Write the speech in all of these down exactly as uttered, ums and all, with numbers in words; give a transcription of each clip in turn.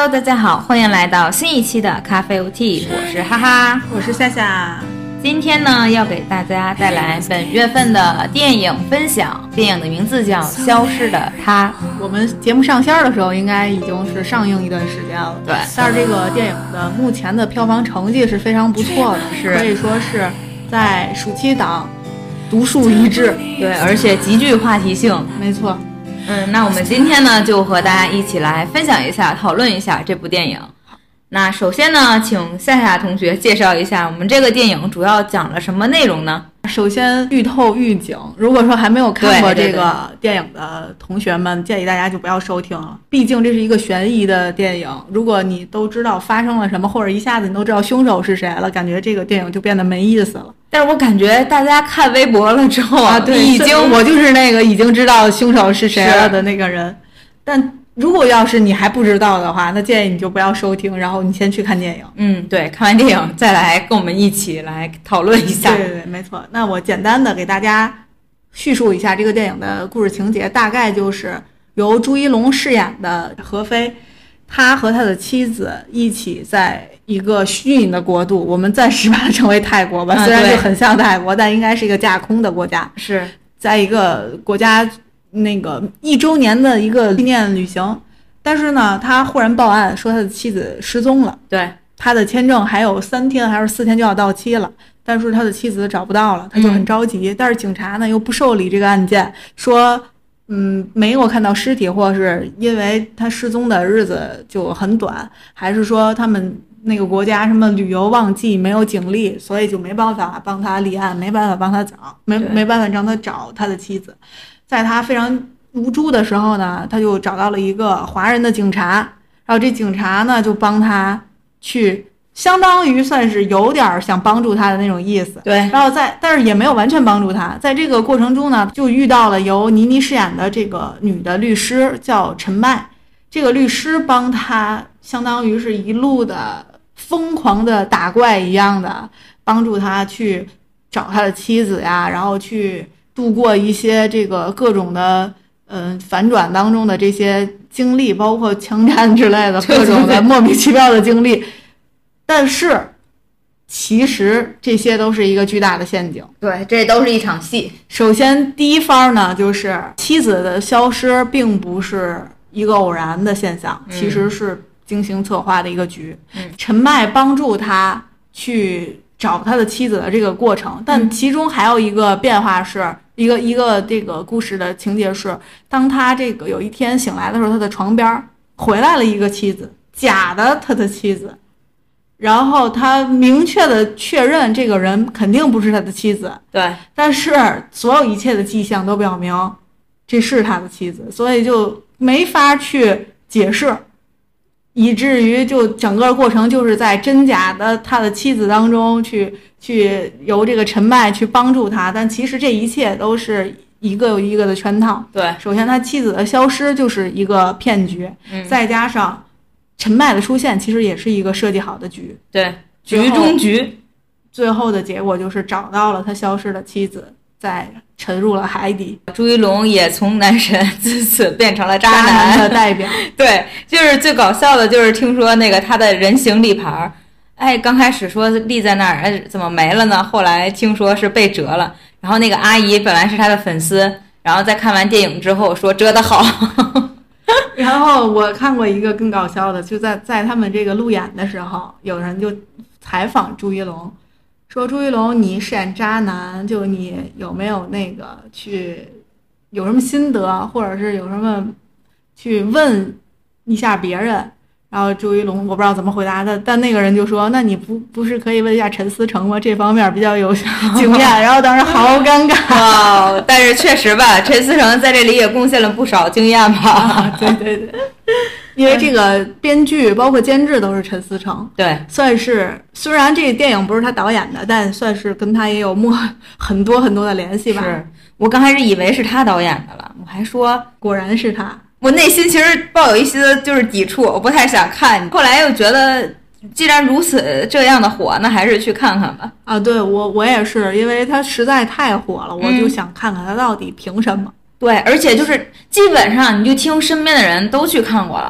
Hello， 大家好，欢迎来到新一期的咖啡 O T， 我是哈哈， 我是夏夏。 今天呢，要给大家带来本月份的电影分享，电影的名字叫《消失的她》。 我们节目上线的时候，应该已经是上映一段时间了。 对， 但是这个电影的目前的票房成绩是非常不错的， 是可以说是在暑期档独树一帜。 对，而且极具话题性。 没错。 嗯，那我们今天呢，就和大家一起来分享一下、讨论一下这部电影。那首先呢，请夏夏同学介绍一下我们这个电影主要讲了什么内容呢？ 首先剧透预警，如果说还没有看过这对对对个电影的同学们，建议大家就不要收听了。毕竟这是一个悬疑的电影，如果你都知道发生了什么，或者一下子你都知道凶手是谁了，感觉这个电影就变得没意思了。 但是我感觉大家看微博了之后啊，对， 已经我就是那个已经知道凶手是谁了的那个人。但如果要是你还不知道的话，那建议你就不要收听，然后你先去看电影。 嗯，对，看完电影再来跟我们一起来讨论一下。 对对对，没错。那我简单的给大家叙述一下这个电影的故事情节，大概就是由朱一龙饰演的何非，他和他的妻子一起在一个虚拟的国度，我们暂时把它称为泰国吧， 啊、 虽然就很像泰国，但应该是一个架空的国家， 是在一个国家那个一周年的一个纪念旅行。但是呢，他忽然报案说他的妻子失踪了， 对， 他的签证还有三天还是四天就要到期了，但是他的妻子找不到了，他就很着急、嗯、但是警察呢又不受理这个案件，说嗯没有看到尸体，或是因为他失踪的日子就很短，还是说他们那个国家什么旅游旺季没有警力，所以就没办法帮他立案，没办法帮他找，没没办法让他找他的妻子。在他非常无助的时候呢，他就找到了一个华人的警察，然后这警察呢就帮他去，相当于算是有点想帮助他的那种意思。 对， 然后在但是也没有完全帮助他。在这个过程中呢，就遇到了由倪妮饰演的这个女的律师叫陈麦，这个律师帮他相当于是一路的疯狂的打怪一样的帮助他去找他的妻子呀，然后去度过一些这个各种的嗯、呃、反转当中的这些经历，包括枪战之类的各种的莫名其妙的经历。但是其实这些都是一个巨大的陷阱。 对，这都是一场戏。 首先第一方呢，就是妻子的消失并不是一个偶然的现象、嗯、其实是精心策划的一个局。 嗯， 陈麦帮助他去找他的妻子的这个过程，但其中还有一个变化是一个一个这个故事的情节是，当他这个有一天醒来的时候，他的床边回来了一个妻子，假的他的妻子，然后他明确的确认这个人肯定不是他的妻子， 对， 但是所有一切的迹象都表明这是他的妻子，所以就没法去解释，以至于就整个过程就是在真假的他的妻子当中去去由这个陈麦去帮助他，但其实这一切都是一个又一个的圈套。 对， 首先他妻子的消失就是一个骗局、嗯、再加上陈麦的出现其实也是一个设计好的局。 对，局中局， 最后的结果就是找到了他消失的妻子，再沉入了海底。 朱一龙也从男神自此变成了渣男, 渣男的代表。 对，就是最搞笑的就是听说那个他的人形立牌，哎，刚开始说立在那儿，哎，怎么没了呢？后来听说是被折了。然后那个阿姨本来是他的粉丝，然后在看完电影之后说折得好。 然后我看过一个更搞笑的，就在在他们这个路演的时候，有人就采访朱一龙，说朱一龙你饰演渣男，就你有没有那个去有什么心得，或者是有什么去问一下别人。然后朱一龙我不知道怎么回答的，但那个人就说那你不不是可以问一下陈思诚吗，这方面比较有经验。然后当时好尴尬。 哦，但是确实吧，陈思诚在这里也贡献了不少经验吧。 啊、对对对，因为这个编剧包括监制都是陈思诚， 对， 算是虽然这个电影不是他导演的，但算是跟他也有默很多很多的联系吧。 是，我刚开始以为是他导演的了，我还说果然是他。 我内心其实抱有一些就是抵触，我不太想看，后来又觉得既然如此这样的火，那还是去看看吧。 啊，对，我我也是，因为他实在太火了，我就想看看他到底凭什么。 对，而且就是基本上你就听身边的人都去看过了，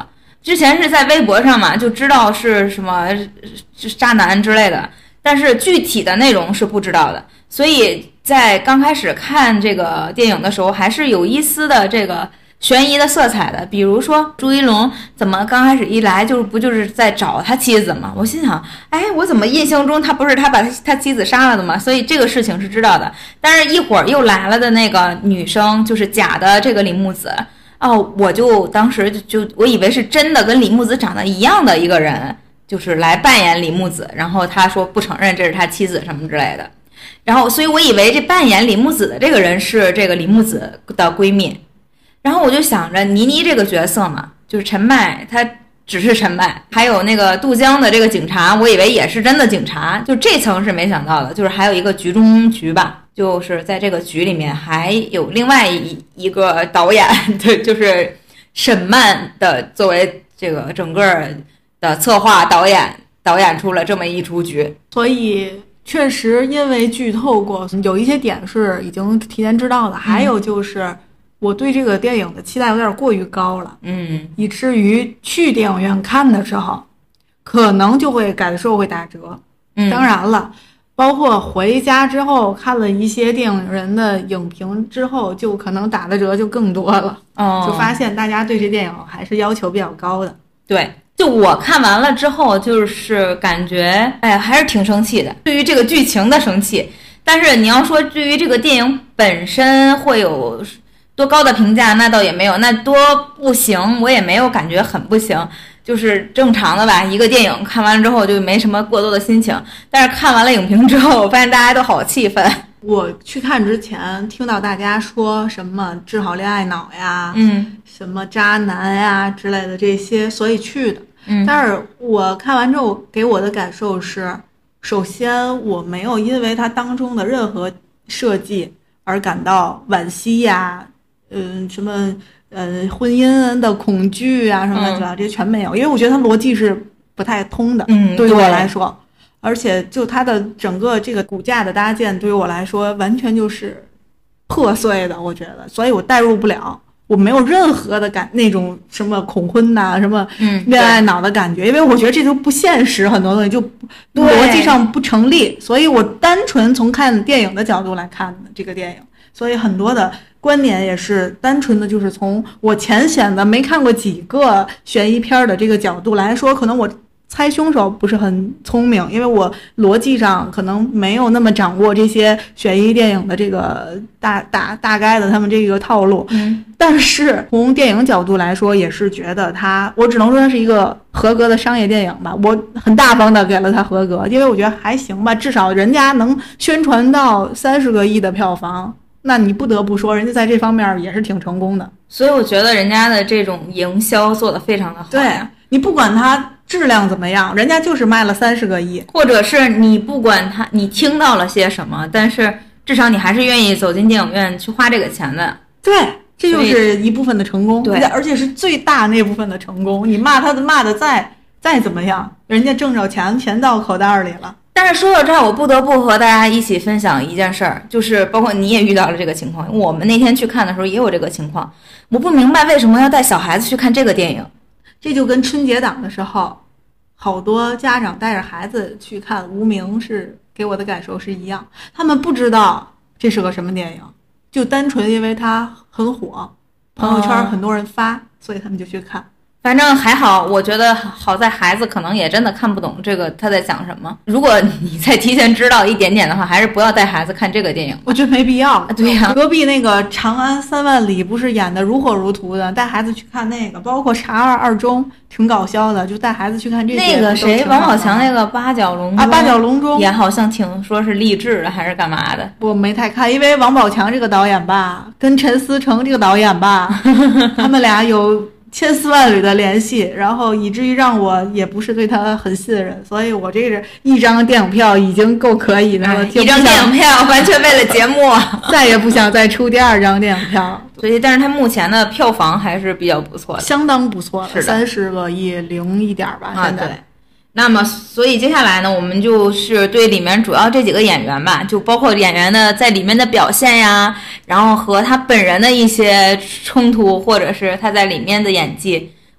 之前是在微博上嘛，就知道是什么是渣男之类的，但是具体的内容是不知道的，所以在刚开始看这个电影的时候，还是有一丝的这个悬疑的色彩的。比如说朱一龙怎么刚开始一来就是不就是在找他妻子嘛？我心想，哎，我怎么印象中他不是他把他他妻子杀了的吗？所以这个事情是知道的。但是一会儿又来了的那个女生，就是假的这个李木子，哦，我就当时就就我以为是真的跟李木子长得一样的一个人，就是来扮演李木子，然后他说不承认这是他妻子什么之类的。然后，所以我以为这扮演李木子的这个人是这个李木子的闺蜜，然后我就想着倪妮这个角色嘛，就是陈麦，她只是陈麦，还有那个杜江的这个警察，我以为也是真的警察，就这层是没想到的，就是还有一个局中局吧，就是在这个局里面还有另外一一个导演，对，就是沈曼的作为这个整个的策划导演，导演出了这么一出局， 所以。确实，因为剧透过，有一些点是已经提前知道的，还有就是我对这个电影的期待有点过于高了， 嗯， 以至于去电影院看的时候，可能就会感受会打折。 嗯， 当然了，包括回家之后看了一些电影人的影评之后，就可能打的折就更多了。 哦， 就发现大家对这电影还是要求比较高的。 对。就我看完了之后，就是感觉，哎呀，还是挺生气的。对于这个剧情的生气，但是你要说对于这个电影本身会有多高的评价，那倒也没有。那多不行，我也没有感觉很不行，就是正常的吧。一个电影看完了之后就没什么过多的心情，但是看完了影评之后，我发现大家都好气愤。 我去看之前听到大家说什么治好恋爱脑呀， 嗯， 什么渣男呀之类的这些，所以去的。 嗯， 但是我看完之后给我的感受是，首先我没有因为它当中的任何设计而感到惋惜呀，嗯，什么呃婚姻的恐惧啊什么乱七八糟这些全没有，因为我觉得它逻辑是不太通的， 嗯， 对于我来说。而且就它的整个这个骨架的搭建，对于我来说完全就是破碎的，我觉得，所以我代入不了，我没有任何的感那种什么恐婚呐、啊，什么恋爱脑的感觉，嗯、因为我觉得这就不现实，很多东西就逻辑上不成立，所以我单纯从看电影的角度来看的这个电影，所以很多的观点也是单纯的就是从我浅显的没看过几个悬疑片的这个角度来说，可能我猜凶手不是很聪明，因为我逻辑上可能没有那么掌握这些悬疑电影的这个大大大概的他们这个套路。 嗯， 但是从电影角度来说，也是觉得它，我只能说它是一个合格的商业电影吧。我很大方的给了它合格，因为我觉得还行吧，至少人家能宣传到三十个亿的票房，那你不得不说人家在这方面也是挺成功的。 所以我觉得人家的这种营销做得非常的好。 对，你不管它质量怎么样，人家就是卖了三十个亿， 或者是你不管他你听到了些什么，但是至少你还是愿意走进电影院去花这个钱的。 对，这就是一部分的成功。 对， 而且是最大那部分的成功。你骂他的骂的再再怎么样，人家挣着钱，钱到口袋里了。 但是说到这儿，我不得不和大家一起分享一件事儿，就是包括你也遇到了这个情况，我们那天去看的时候也有这个情况。我不明白为什么要带小孩子去看这个电影。 这就跟春节档的时候，好多家长带着孩子去看《无名》，是给我的感受是一样。他们不知道这是个什么电影，就单纯因为它很火，朋友圈很多人发，哦、所以他们就去看。 反正还好，我觉得好在孩子可能也真的看不懂这个他在讲什么。如果你再提前知道一点点的话，还是不要带孩子看这个电影。 我觉得没必要。 对呀、啊， 隔壁那个《长安三万里》不是演的如火如荼的，带孩子去看那个，包括《查二二中》挺搞笑的，就带孩子去看这些。 那个谁，王宝强那个八角笼啊，八角笼中也好像听说是励志的还是干嘛的， 我没太看，因为王宝强这个导演吧，跟陈思诚这个导演吧，他们俩有千丝万缕的联系，然后以至于让我也不是对他很信任，所以我这是一张电影票已经够可以的了、哎、 一张电影票完全为了节目再也不想再出第二张电影票。 所以但是他目前的票房还是比较不错的， 相当不错的， 三十个亿零一点吧、 啊、 现在。 对，那么所以接下来呢，我们就是对里面主要这几个演员吧，就包括演员的在里面的表现呀，然后和他本人的一些冲突，或者是他在里面的演技，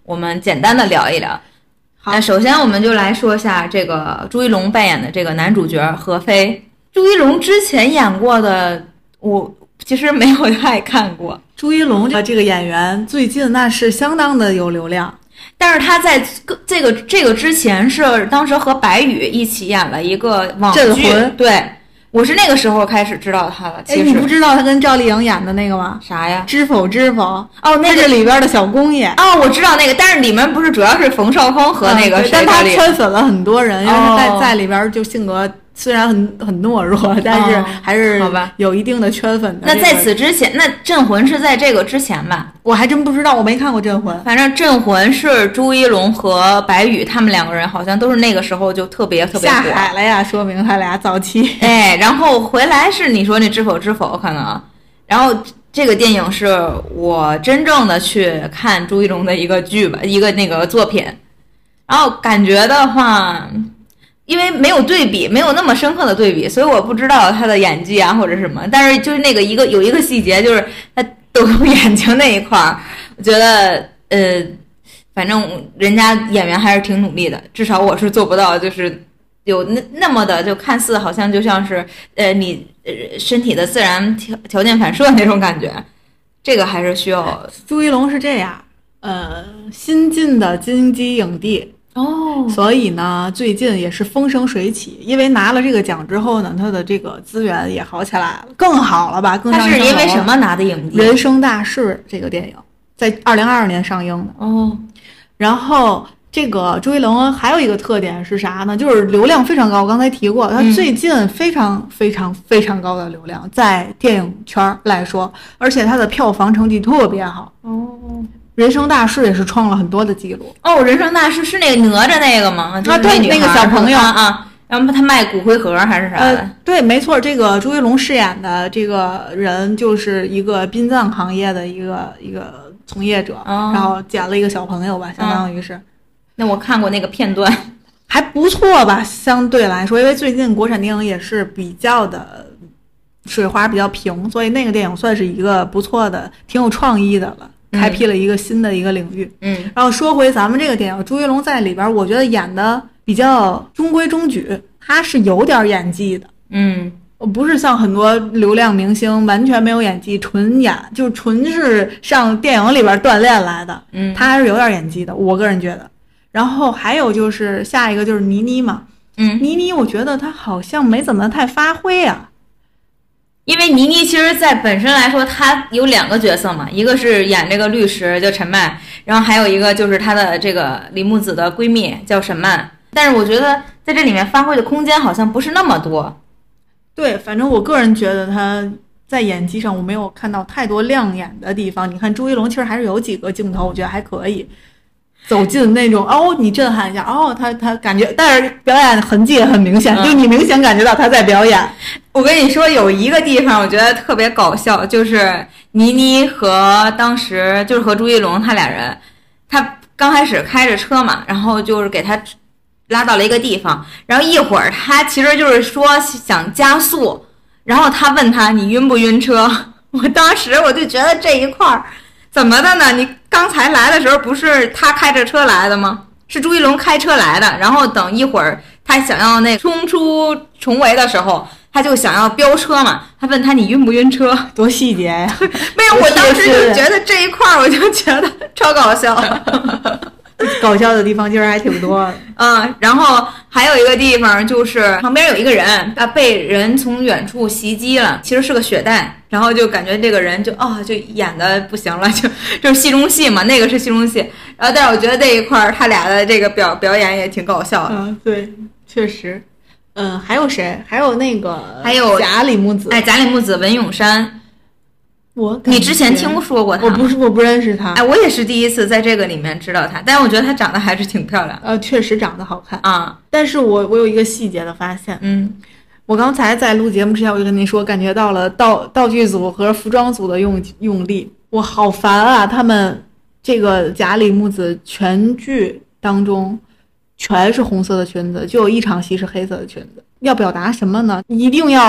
我们简单的聊一聊。那首先我们就来说一下这个朱一龙扮演的这个男主角何非。朱一龙之前演过的我其实没有太看过。 朱一龙这个演员最近那是相当的有流量， 但是他在这个这个之前是当时和白宇一起演了一个网剧， 镇魂。 对，我是那个时候开始知道他的。其实你不知道他跟赵丽颖演的那个吗？ 啥呀？ 知否知否？ 哦，那个是里边的小公爷。 哦，我知道那个，但是里面不是主要是冯绍峰和那个谁、 嗯、但他圈粉了很多人，因为他在、 哦、 在里边就性格虽然很很懦弱，但是还是有一定的圈粉的、 这个哦。那在此之前，那《镇魂》是在这个之前吧？ 我还真不知道，我没看过《镇魂》。 反正《镇魂》是朱一龙和白宇他们两个人，好像都是那个时候就特别特别火。 下海了呀，说明他俩早期。 哎，然后回来是你说那《知否知否》可能，然后这个电影是我真正的去看朱一龙的一个剧吧，一个那个作品，然后感觉的话。因为没有对比，没有那么深刻的对比，所以我不知道他的演技啊或者什么。但是就是那个一个有一个细节，就是他抖动眼睛那一块儿，我觉得呃，反正人家演员还是挺努力的，至少我是做不到，就是有那那么的，就看似好像就像是呃你呃身体的自然条条件反射那种感觉，这个还是需要。 朱一龙是这样，呃，新晋的金鸡影帝。 哦， 所以呢，最近也是风生水起，因为拿了这个奖之后呢，他的这个资源也好起来了，更好了吧？更上一层楼了。 他是因为什么拿的影帝？ 人生大事这个电影在二零二二年上映的。 哦， 然后这个朱一龙还有一个特点是啥呢？就是流量非常高。我刚才提过，他最近非常非常非常高的流量，在电影圈来说，而且他的票房成绩特别好。 哦。 人生大事也是创了很多的记录哦，人生大事是那个哪吒那个吗？ 啊，对，那个小朋友啊，然后他卖骨灰盒还是啥的？ 呃，对，没错，这个朱一龙饰演的这个人就是一个殡葬行业的一个一个从业者， 哦、 然后捡了一个小朋友吧，相当于是。嗯、 那我看过那个片段， 还不错吧？相对来说，因为最近国产电影也是比较的水花比较平，所以那个电影算是一个不错的、挺有创意的了。开辟了一个新的一个领域， 嗯， 然后说回咱们这个电影，朱一龙在里边，我觉得演的比较中规中矩，他是有点演技的， 嗯， 不是像很多流量明星完全没有演技，纯演就纯是上电影里边锻炼来的， 嗯， 他还是有点演技的，我个人觉得。然后还有就是下一个就是倪妮嘛， 嗯， 倪妮我觉得她好像没怎么太发挥啊。 因为倪妮其实在本身来说她有两个角色嘛，一个是演这个律师叫陈曼，然后还有一个就是她的这个李木子的闺蜜叫沈曼，但是我觉得在这里面发挥的空间好像不是那么多。 对，反正我个人觉得她在演技上我没有看到太多亮眼的地方。你看朱一龙其实还是有几个镜头我觉得还可以走进那种哦，你震撼一下哦，他他感觉，但是表演痕迹也很明显，嗯、就你明显感觉到他在表演。 我跟你说，有一个地方我觉得特别搞笑，就是倪妮和当时就是和朱一龙他俩人，他刚开始开着车嘛，然后就是给他拉到了一个地方，然后一会儿他其实就是说想加速，然后他问他你晕不晕车？我当时我就觉得这一块儿。怎么的呢？你刚才来的时候不是他开着车来的吗？是朱一龙开车来的，然后等一会儿他想要那冲出重围的时候，他就想要飙车嘛。他问他你晕不晕车？ 多细节呀！ 没有，我当时就觉得这一块我就觉得超搞笑。 搞笑的地方其实还挺多的。 嗯，然后还有一个地方就是旁边有一个人啊被人从远处袭击了，其实是个血弹，然后就感觉这个人就哦就演的不行了，就就是戏中戏嘛，那个是戏中戏。然后但是我觉得这一块他俩的这个表表演也挺搞笑的。 嗯，对，确实。嗯，还有谁？还有那个还有贾里木子。 哎，贾里木子、文咏珊。 我你之前听说过他？ 我不是，我不认识他。 哎，我也是第一次在这个里面知道他，但是我觉得他长得还是挺漂亮。 呃，确实长得好看啊。 但是我我有一个细节的发现， 嗯， 我刚才在录节目之前我就跟您说，感觉到了道道具组和服装组的用用力，我好烦啊！他们这个贾里木子全剧当中全是红色的裙子，就有一场戏是黑色的裙子，要表达什么呢？一定要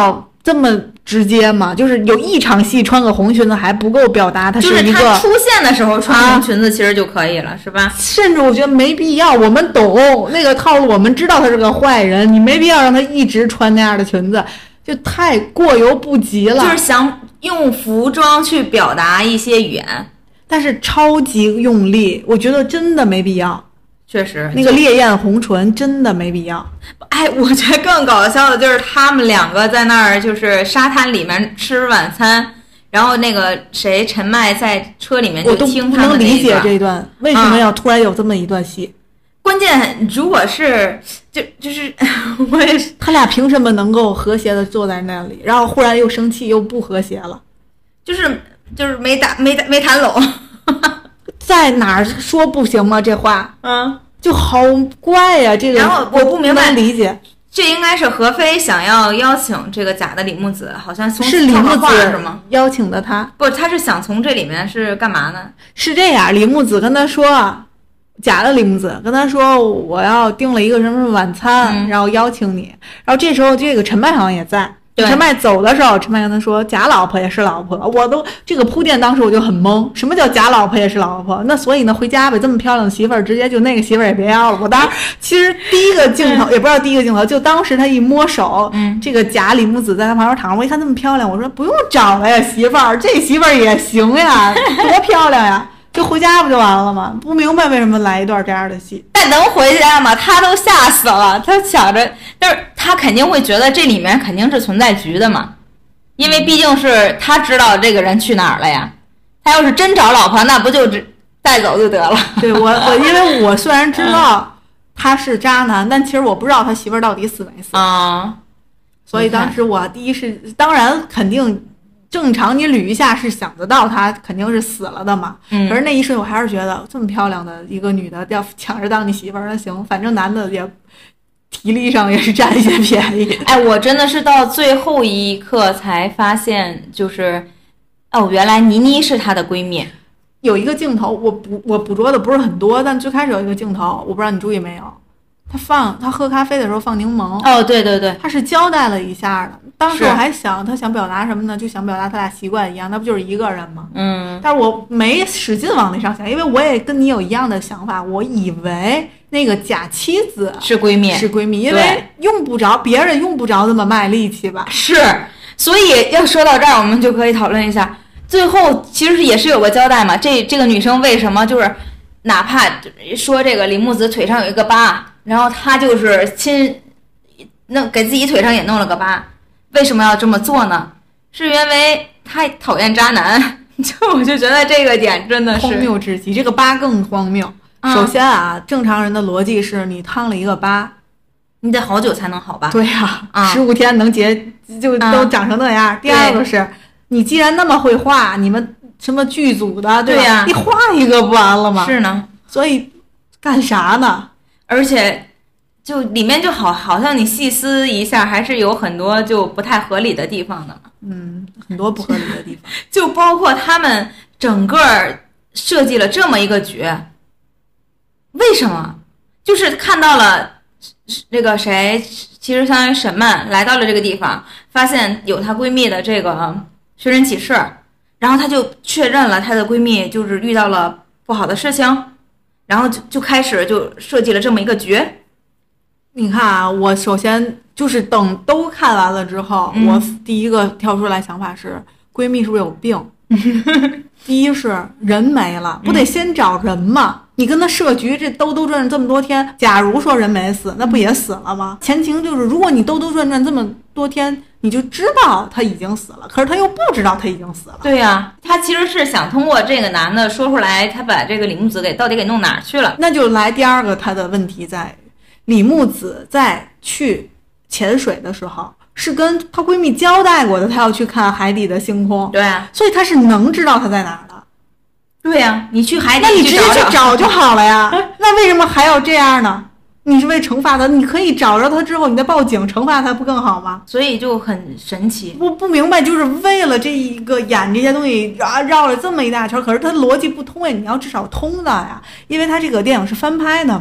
这么直接吗？就是有一场戏穿个红裙子还不够表达，它是一个、 就是他出现的时候穿红裙子其实就可以了，啊、是吧？ 甚至我觉得没必要，我们懂那个套路，我们知道他是个坏人，你没必要让他一直穿那样的裙子，就太过犹不及了。 就是想用服装去表达一些语言， 但是超级用力，我觉得真的没必要。 确实， 那个烈焰红唇真的没必要。 哎，我觉得更搞笑的就是他们两个在那儿，就是沙滩里面吃晚餐，然后那个谁陈麦在车里面就听他们那一段。我都不能理解这一段为什么要突然有这么一段戏。 嗯、关键如果是就就是我也是， 他俩凭什么能够和谐的坐在那里，然后忽然又生气又不和谐了？ 就是就是没打没打没谈拢。 在哪儿说不行吗？这话， 嗯， 就好怪呀、啊。这个， 然后我不明白理解， 这应该是何非想要邀请这个假的李木子，好像从是李木子是吗？ 邀请的他， 不，他是想从这里面是干嘛呢？ 是这样，李木子跟他说，假的李木子跟他说，我要订了一个什么什么晚餐， 嗯、 然后邀请你。然后这时候这个陈麦好像也在。陈麦走的时候，陈麦跟他说：“假老婆也是老婆。”我都这个铺垫，当时我就很懵。什么叫假老婆也是老婆？那所以呢，回家呗，这么漂亮的媳妇儿，直接就那个媳妇儿也别要了。我当时其实第一个镜头、嗯、也不知道第一个镜头，就当时他一摸手， 嗯， 这个假李木子在他旁边躺着，我一看这么漂亮，我说不用找了呀，媳妇儿，这媳妇儿也行呀，多漂亮呀。就回家不就完了吗？不明白为什么来一段这样的戏。 但能回家吗？他都吓死了，他想着，但是他肯定会觉得这里面肯定是存在局的嘛，因为毕竟是他知道这个人去哪儿了呀。他要是真找老婆，那不就只带走就得了？ 对我我因为我虽然知道他是渣男，但其实我不知道他媳妇儿到底死没死啊、嗯。 所以当时我第一是当然肯定。正常你捋一下是想得到他肯定是死了的嘛， 嗯， 可是那一瞬我还是觉得这么漂亮的一个女的要抢着当你媳妇儿，那行，反正男的也体力上也是占一些便宜。 哎，我真的是到最后一刻才发现，就是哦，原来倪妮是她的闺蜜。 有一个镜头我捕我捕捉的不是很多，但最开始有一个镜头，我不知道你注意没有，他放他喝咖啡的时候放柠檬。 哦，对对对， 他是交代了一下的。当时我还想他想表达什么呢？就想表达他俩习惯一样，那不就是一个人吗？ 嗯， 但是我没使劲往那上想，因为我也跟你有一样的想法，我以为那个假妻子是闺蜜， 是闺蜜，因为用不着别人用不着这么卖力气吧？ 是，所以要说到这儿，我们就可以讨论一下，最后其实也是有个交代嘛。这这个女生为什么就是哪怕说这个李木子腿上有一个疤，然后她就是亲弄给自己腿上也弄了个疤。为什么要这么做呢？是因为他讨厌渣男，就我就觉得这个点真的是荒谬至极。这个疤更荒谬。嗯、首先啊，正常人的逻辑是你烫了一个疤， 你得好久才能好吧？ 对呀、 啊， 十五天能结就都长成那样。嗯、第二个是，你既然那么会画，你们什么剧组的对吧？ 对呀、啊， 你画一个不完了吗？ 是呢。 所以干啥呢？ 而且。就里面就好，好像你细思一下，还是有很多就不太合理的地方的嘛。 嗯，很多不合理的地方， 就包括他们整个设计了这么一个局，为什么？就是看到了这个谁，其实相当于沈曼来到了这个地方，发现有她闺蜜的这个寻人启事，然后她就确认了她的闺蜜就是遇到了不好的事情，然后就就开始就设计了这么一个局。 你看啊，我首先就是等都看完了之后， 嗯、 我第一个跳出来想法是，闺蜜是不是有病？第一是人没了，不得先找人吗？嗯、你跟他设局，这兜兜转转这么多天，假如说人没死，那不也死了吗？前情就是，如果你兜兜转转这么多天，你就知道他已经死了，可是他又不知道他已经死了。 对呀、啊，他其实是想通过这个男的说出来，他把这个李木子给到底给弄哪儿去了？ 那就来第二个他的问题在。李木子在去潜水的时候是跟她闺蜜交代过的，她要去看海底的星空。 对啊， 所以她是能知道她在哪儿的。 对呀、啊，你去海底那你直接去找就好了呀。 嗯、 那为什么还要这样呢？你是为惩罚他，你可以找着他之后你再报警惩罚他不更好吗？ 所以就很神奇。 我不明白，就是为了这一个演这些东西啊，绕了这么一大圈，可是他逻辑不通呀，你要至少通的呀，因为他这个电影是翻拍的嘛。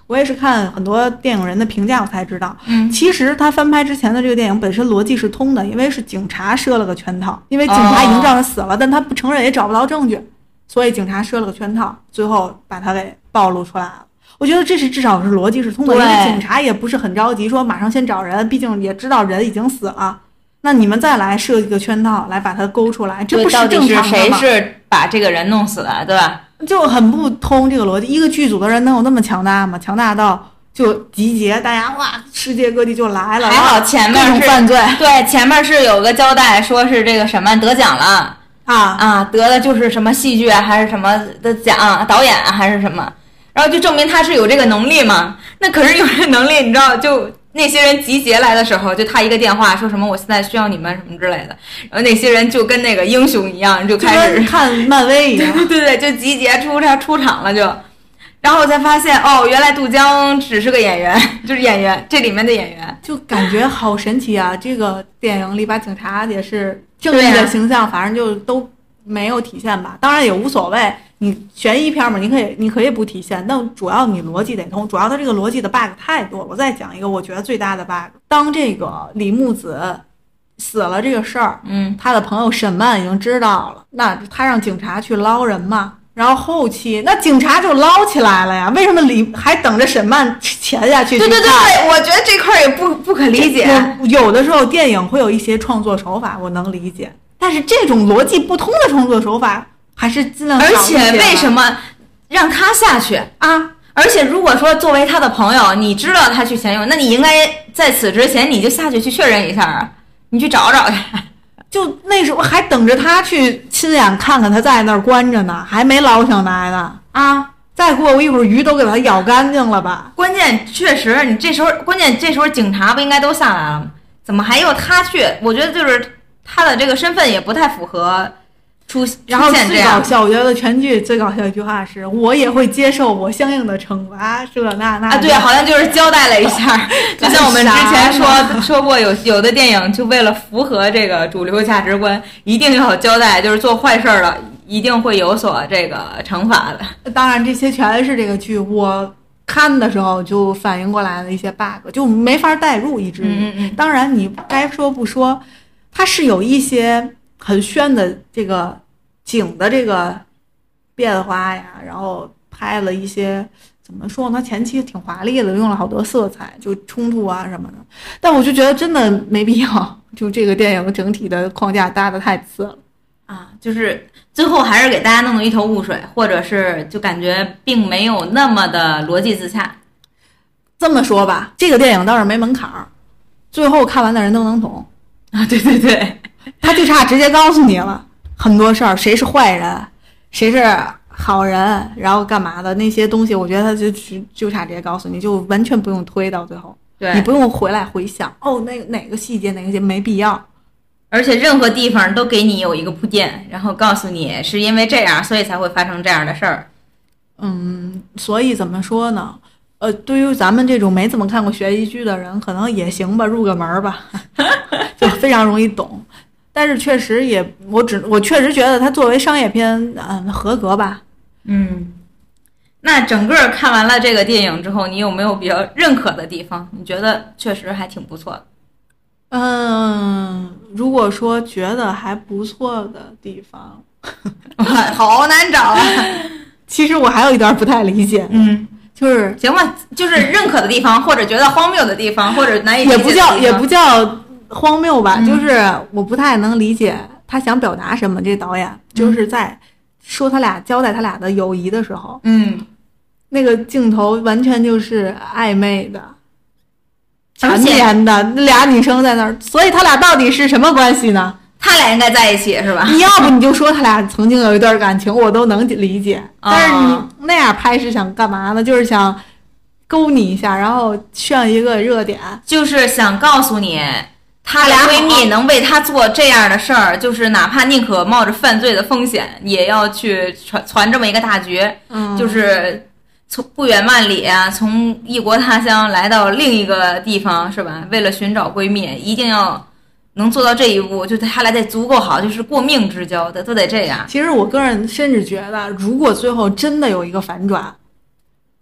我也是看很多电影人的评价我才知道， 嗯， 其实他翻拍之前的这个电影本身逻辑是通的，因为是警察设了个圈套，因为警察已经知道他死了，哦、但他不承认也找不到证据，所以警察设了个圈套，最后把他给暴露出来了。我觉得这是至少是逻辑是通的，因为警察也不是很着急说马上先找人，毕竟也知道人已经死了，那你们再来设一个圈套来把他勾出来，这不是正常的吗？ 谁是把这个人弄死的，对吧？ 就很不通这个逻辑。一个剧组的人能有那么强大吗？强大到就集结大家，哇，世界各地就来了。 还好前面是犯罪， 对，前面是有个交代，说是这个什么得奖了啊啊，得的就是什么戏剧还是什么的奖，导演还是什么。然后就证明他是有这个能力嘛？那可是有这能力，你知道，就那些人集结来的时候，就他一个电话说什么我现在需要你们什么之类的，然后那些人就跟那个英雄一样，就开始看漫威一样， 对对对，就集结出他出场了就，然后我才发现哦，原来杜江只是个演员，就是演员，这里面的演员， 就感觉好神奇啊！这个电影里把警察也是正义的形象，反正就都没有体现吧，当然也无所谓。你悬疑片嘛，你可以你可以不体现，但主要你逻辑得通。主要它这个逻辑的 bug 太多了。我再讲一个我觉得最大的 bug， 当这个李木子死了这个事儿， 嗯， 他的朋友沈曼已经知道了，那他让警察去捞人嘛，然后后期那警察就捞起来了呀，为什么李还等着沈曼潜下去？ 对对对对，我觉得这块也不不可理解。 有的时候电影会有一些创作手法，我能理解，但是这种逻辑不通的创作手法。还是尽量少一些。 而且为什么让他下去啊？ 而且如果说作为他的朋友，你知道他去潜泳，那你应该在此之前你就下去去确认一下啊，你去找找去。 就那时候还等着他去亲眼看看他在那儿关着呢，还没捞上来呢啊！再过一会儿鱼都给他咬干净了吧？ 关键确实，你这时候关键这时候警察不应该都下来了吗？怎么还有他去？我觉得就是他的这个身份也不太符合。出然后最搞笑，我觉得全剧最搞笑一句话是：我也会接受我相应的惩罚，这那那啊，对，好像就是交代了一下，就像我们之前说说过有，有有的电影就为了符合这个主流价值观，一定要交代，就是做坏事了，一定会有所这个惩罚的。 当然，这些全是这个剧我看的时候就反应过来的一些 bug， 就没法代入，以至于， 嗯嗯当然你该说不说，它是有一些。很炫的这个景的这个变化呀，然后拍了一些怎么说呢？它前期挺华丽的，用了好多色彩，就冲突啊什么的。但我就觉得真的没必要，就这个电影整体的框架搭得太次了啊，就是最后还是给大家弄得一头雾水，或者是就感觉并没有那么的逻辑自洽。 这么说吧，这个电影倒是没门槛儿，最后看完的人都能懂啊。对对对。 他就差直接告诉你了很多事儿，谁是坏人，谁是好人，然后干嘛的那些东西，我觉得他就就差直接告诉你，就完全不用推到最后， 对， 你不用回来回想哦，那哪个细节哪个细节没必要， 而且任何地方都给你有一个铺垫，然后告诉你是因为这样，所以才会发生这样的事儿。 嗯，所以怎么说呢？呃，对于咱们这种没怎么看过悬疑剧的人，可能也行吧，入个门吧，就非常容易懂。但是确实也，我只我确实觉得它作为商业片，嗯，合格吧。 嗯，那整个看完了这个电影之后，你有没有比较认可的地方？你觉得确实还挺不错的。 嗯，如果说觉得还不错的地方， 好难找啊。 其实我还有一段不太理解， 嗯， 就是行吧，就是认可的地方，或者觉得荒谬的地方，或者难以理解的地方， 也不叫也不叫。荒谬吧、 嗯， 就是我不太能理解他想表达什么。这导演、嗯、就是在说他俩交代他俩的友谊的时候， 嗯， 那个镜头完全就是暧昧的、缠绵的，那俩女生在那儿，所以他俩到底是什么关系呢？ 他俩应该在一起是吧？ 你要不你就说他俩曾经有一段感情，我都能理解。哦、但是你那样拍是想干嘛呢？就是想勾你一下，然后炫一个热点， 就是想告诉你。她俩闺蜜能为她做这样的事儿，就是哪怕宁可冒着犯罪的风险，也要去传传这么一个大局。 嗯， 就是从不远万里啊，从异国他乡来到另一个地方，是吧？为了寻找闺蜜，一定要能做到这一步，就她俩得足够好，就是过命之交的，都得这样。 其实我个人甚至觉得，如果最后真的有一个反转，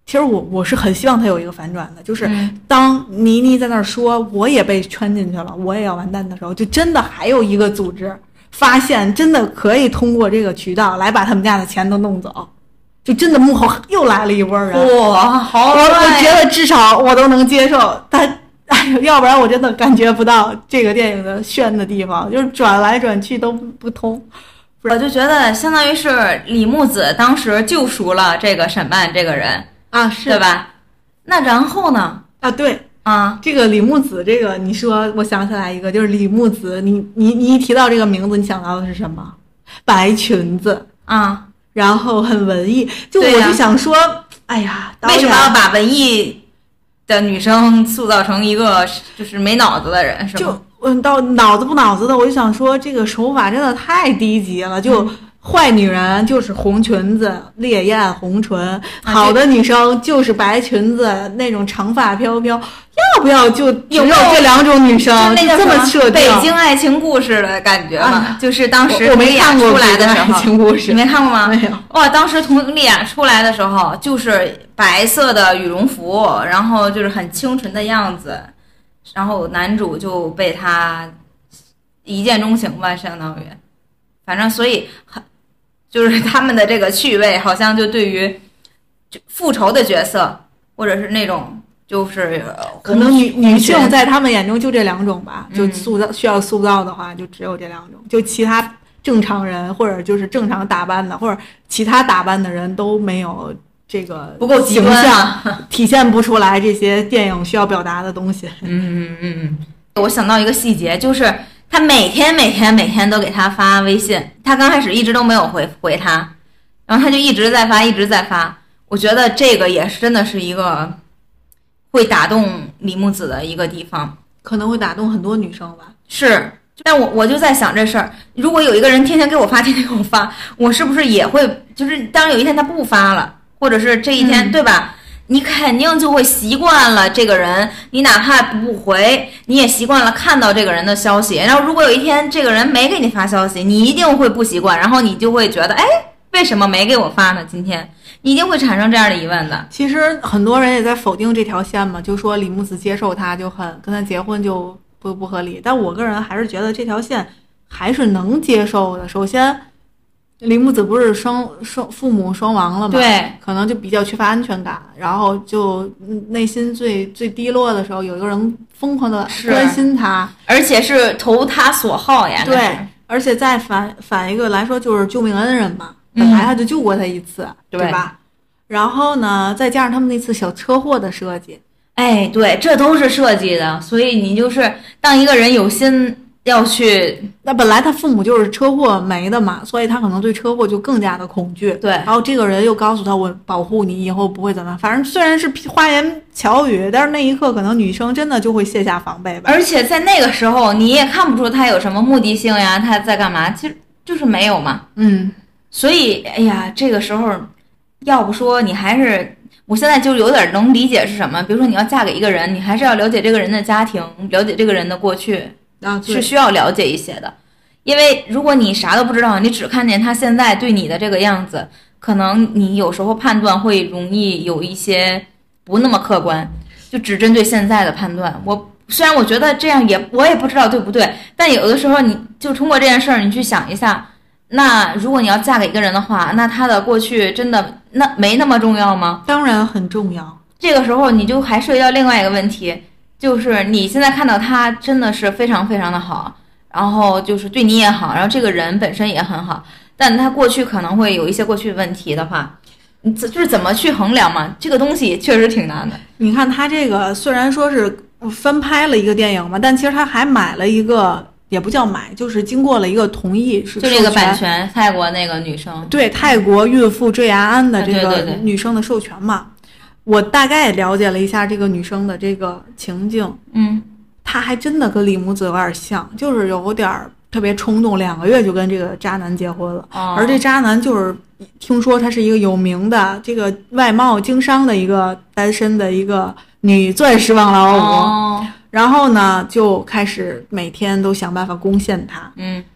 其实我我是很希望他有一个反转的，就是当倪妮在那儿说我也被圈进去了，我也要完蛋的时候，就真的还有一个组织发现真的可以通过这个渠道来把他们家的钱都弄走，就真的幕后又来了一波人。 哇，好我我觉得至少我都能接受，但哎呦，要不然我真的感觉不到这个电影的炫的地方，就是转来转去都不通。 我就觉得相当于是李木子当时救赎了这个沈曼这个人啊，是对吧？那然后呢？ 啊，对啊， 这个李木子，这个你说，我想起来一个，就是李木子，你你你一提到这个名字，你想到的是什么？白裙子啊， 然后很文艺，就我就想说，哎呀， 为什么要把文艺的女生塑造成一个就是没脑子的人？是吗？ 就嗯，到脑子不脑子的，我就想说，这个手法真的太低级了，就。嗯，坏女人就是红裙子、烈焰红唇，好的女生就是白裙子，那种长发飘飘。要不要就只有这两种女生？ 就那个这么设定， 北京爱情故事的感觉嘛？啊、就是当时我没看过出来的时候， 爱情故事你没看过吗？ 没有。 哇，当时佟丽娅出来的时候，就是白色的羽绒服，然后就是很清纯的样子，然后男主就被她一见钟情吧，相当于，反正所以很。就是他们的这个趣味，好像就对于复仇的角色，或者是那种就是可能女女性在他们眼中就这两种吧，就塑造需要塑造的话，就只有这两种，就其他正常人或者就是正常打扮的，或者其他打扮的人都没有这个不够形象，体现不出来这些电影需要表达的东西。 嗯嗯嗯，我想到一个细节，就是。他每天每天每天都给他发微信，他刚开始一直都没有回回他，然后他就一直在发一直在发。我觉得这个也是真的是一个会打动李木子的一个地方， 可能会打动很多女生吧。 是，但我我就在想这事儿，如果有一个人天天给我发天天给我发，我是不是也会就是当有一天他不发了，或者是这一天、嗯、对吧？你肯定就会习惯了这个人，你哪怕不回，你也习惯了看到这个人的消息。然后如果有一天这个人没给你发消息，你一定会不习惯，然后你就会觉得，哎，为什么没给我发呢？今天你一定会产生这样的疑问的。 其实很多人也在否定这条线嘛，就说李木子接受他就很跟他结婚就不不合理。但我个人还是觉得这条线还是能接受的。首先。李木子不是双双父母双亡了吗？ 对， 可能就比较缺乏安全感，然后就内心最最低落的时候，有一个人疯狂的关心他， 而且是投他所好呀。 对，而且再反反一个来说，就是救命恩人嘛，本来他就救过他一次，嗯、对吧？然后呢，再加上他们那次小车祸的设计， 哎，对，这都是设计的，所以你就是当一个人有心。要去， 那本来他父母就是车祸没的嘛，所以他可能对车祸就更加的恐惧。 对， 然后这个人又告诉他我保护你，以后不会怎么样。反正虽然是花言巧语，但是那一刻可能女生真的就会卸下防备吧。 而且在那个时候，你也看不出他有什么目的性呀，他在干嘛？其实就是没有嘛。 嗯， 所以哎呀，这个时候，要不说你还是，我现在就有点能理解是什么。比如说你要嫁给一个人，你还是要了解这个人的家庭，了解这个人的过去。 啊， 是需要了解一些的，因为如果你啥都不知道，你只看见他现在对你的这个样子，可能你有时候判断会容易有一些不那么客观，就只针对现在的判断。我虽然我觉得这样也我也不知道对不对，但有的时候你就通过这件事儿，你去想一下，那如果你要嫁给一个人的话，那他的过去真的那没那么重要吗？ 当然很重要。 这个时候你就还涉及到另外一个问题。就是你现在看到他真的是非常非常的好，然后就是对你也好，然后这个人本身也很好，但他过去可能会有一些过去问题的话，你就是怎么去衡量嘛？这个东西确实挺难的。 你看他这个虽然说是翻拍了一个电影嘛，但其实他还买了一个，也不叫买，就是经过了一个同意，是就这个版权，泰国那个女生， 对泰国孕妇坠崖案的这个女生的授权嘛。啊对对对，我大概了解了一下这个女生的这个情境， 嗯， 她还真的跟李木子有点像，就是有点特别冲动，两个月就跟这个渣男结婚了。 哦、 而这渣男就是听说他是一个有名的这个外贸经商的一个单身的一个女钻石王老五， 哦、 然后呢就开始每天都想办法攻陷他。 嗯，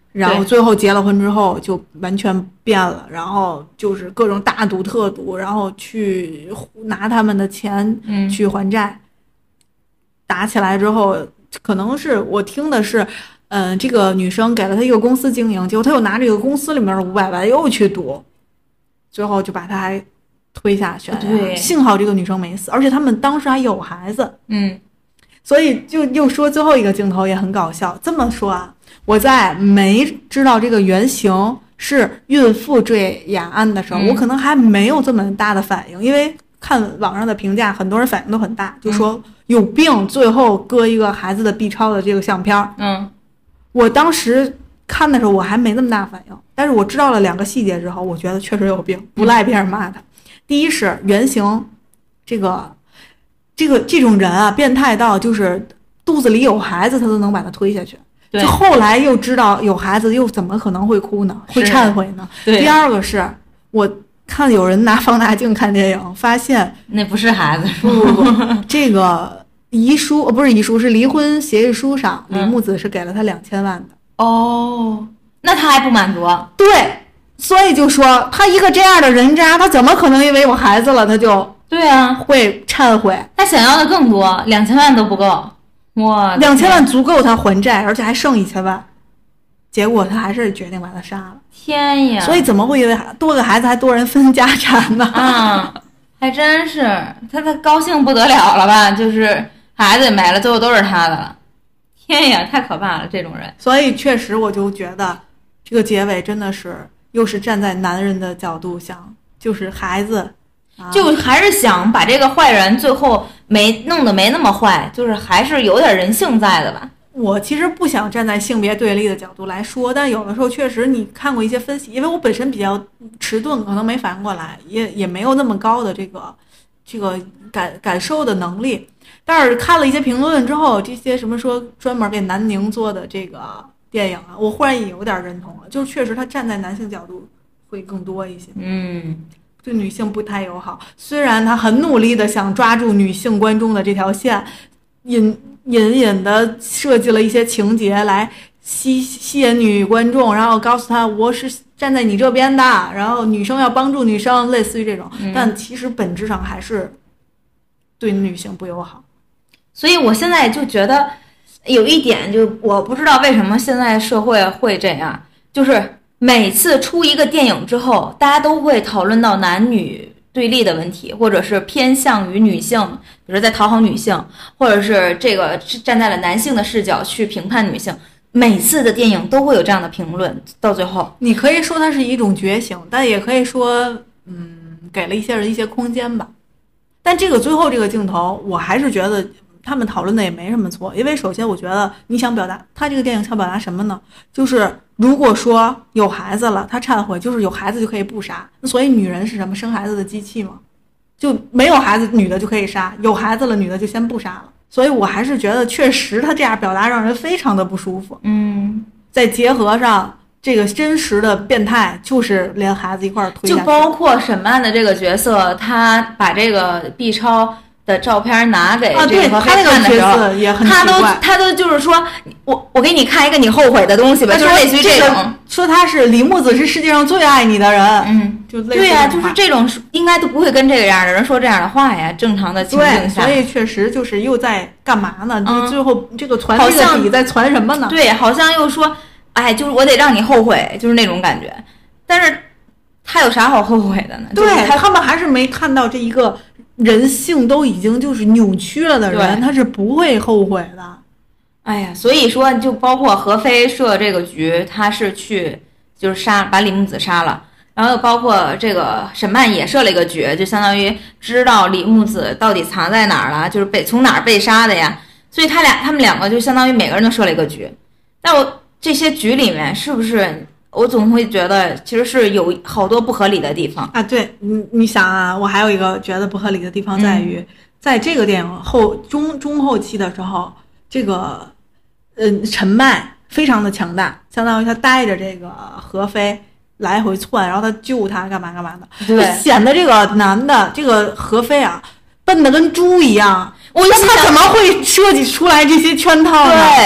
然后最后结了婚之后就完全变了，然后就是各种大赌特赌，然后去拿他们的钱去还债。嗯、打起来之后，可能是我听的是，嗯、呃，这个女生给了他一个公司经营，结果他又拿这个公司里面的五百万又去赌，最后就把他还推下悬崖。对，幸好这个女生没死，而且他们当时还有孩子。 嗯。 所以就又说最后一个镜头也很搞笑。这么说啊，我在没知道这个原型是孕妇坠崖案的时候、嗯、我可能还没有这么大的反应，因为看网上的评价很多人反应都很大，就说有病最后割一个孩子的 B 超的这个相片。 嗯， 我当时看的时候我还没那么大反应，但是我知道了两个细节之后，我觉得确实有病，不赖别人骂他、嗯、第一是原型这个这个这种人啊，变态到就是肚子里有孩子他都能把他推下去。就后来又知道有孩子，又怎么可能会哭呢？会忏悔呢？第二个是我看有人拿放大镜看电影，发现那不是孩子， 不不不，这个遗书不是遗书，是离婚协议书上，李木子是给了他两千万的。 哦，那他还不满足？ 对，所以就说他一个这样的人渣，他怎么可能因为有孩子了他就？ 对啊， 会忏悔。 他想要的更多，两千万都不够。哇， 两千万足够他还债，而且还剩一千万。结果他还是决定把他杀了。 天呀！ 所以怎么会因为多个孩子还多人分家产呢？ 啊，还真是，他他高兴不得了了吧？就是孩子也没了，最后都是他的了。天呀，太可怕了，这种人。 所以确实，我就觉得这个结尾真的是又是站在男人的角度想，就是孩子。 就还是想把这个坏人最后没弄得没那么坏，就是还是有点人性在的吧。 我其实不想站在性别对立的角度来说，但有的时候确实你看过一些分析，因为我本身比较迟钝，可能没反应过来，也也没有那么高的这个这个感感受的能力。但是看了一些评论之后，这些什么说专门给南宁做的这个电影啊，我忽然也有点认同了，就是确实他站在男性角度会更多一些。 嗯。 对女性不太友好，虽然他很努力的想抓住女性观众的这条线，隐隐隐的设计了一些情节来吸吸引女观众，然后告诉她我是站在你这边的，然后女生要帮助女生，类似于这种、嗯、但其实本质上还是对女性不友好。 所以我现在就觉得有一点，就我不知道为什么现在社会会这样，就是每次出一个电影之后，大家都会讨论到男女对立的问题，或者是偏向于女性，比如在讨好女性，或者是这个站在了男性的视角去评判女性。每次的电影都会有这样的评论，到最后你可以说它是一种觉醒，但也可以说嗯，给了一些人一些空间吧。但这个最后这个镜头，我还是觉得他们讨论的也没什么错，因为首先我觉得你想表达，他这个电影想表达什么呢？就是如果说有孩子了，他忏悔，就是有孩子就可以不杀，那所以女人是什么？生孩子的机器吗？就没有孩子女的就可以杀，有孩子了女的就先不杀了。所以我还是觉得确实他这样表达让人非常的不舒服。 嗯， 再结合上这个真实的变态，就是连孩子一块儿推下去， 就包括审判的这个角色，他把这个 B 超的照片拿给这个黑看的时候， 啊、也很他都他都就是说，我我给你看一个你后悔的东西吧，就是类似于这种、 这个，说他是李木子是世界上最爱你的人， 嗯， 就类似对呀、啊，就是这种应该都不会跟这个样的人说这样的话呀，正常的情境下， 所以确实就是又在干嘛呢？嗯、最后这个传这个底在传什么呢？ 对，好像又说，哎，就是我得让你后悔，就是那种感觉，但是他有啥好后悔的呢？ 对、 就是、他, 他们还是没看到这一个。人性都已经就是扭曲了的人，他是不会后悔的。 哎呀，所以说就包括何飞设这个局，他是去就是杀把李木子杀了，然后又包括这个沈曼也设了一个局，就相当于知道李木子到底藏在哪儿了，就是被从哪儿被杀的呀。所以他俩他们两个就相当于每个人都设了一个局。但我这些局里面是不是？我总会觉得其实是有好多不合理的地方啊。对，你你想啊，我还有一个觉得不合理的地方在于，嗯、在这个电影后中中后期的时候，这个嗯陈麦非常的强大，相当于他带着这个何飞来回窜，然后他救他干嘛干嘛的， 对， 显得这个男的这个何飞啊笨得跟猪一样。 我那他怎么会设计出来这些圈套呢？ 对。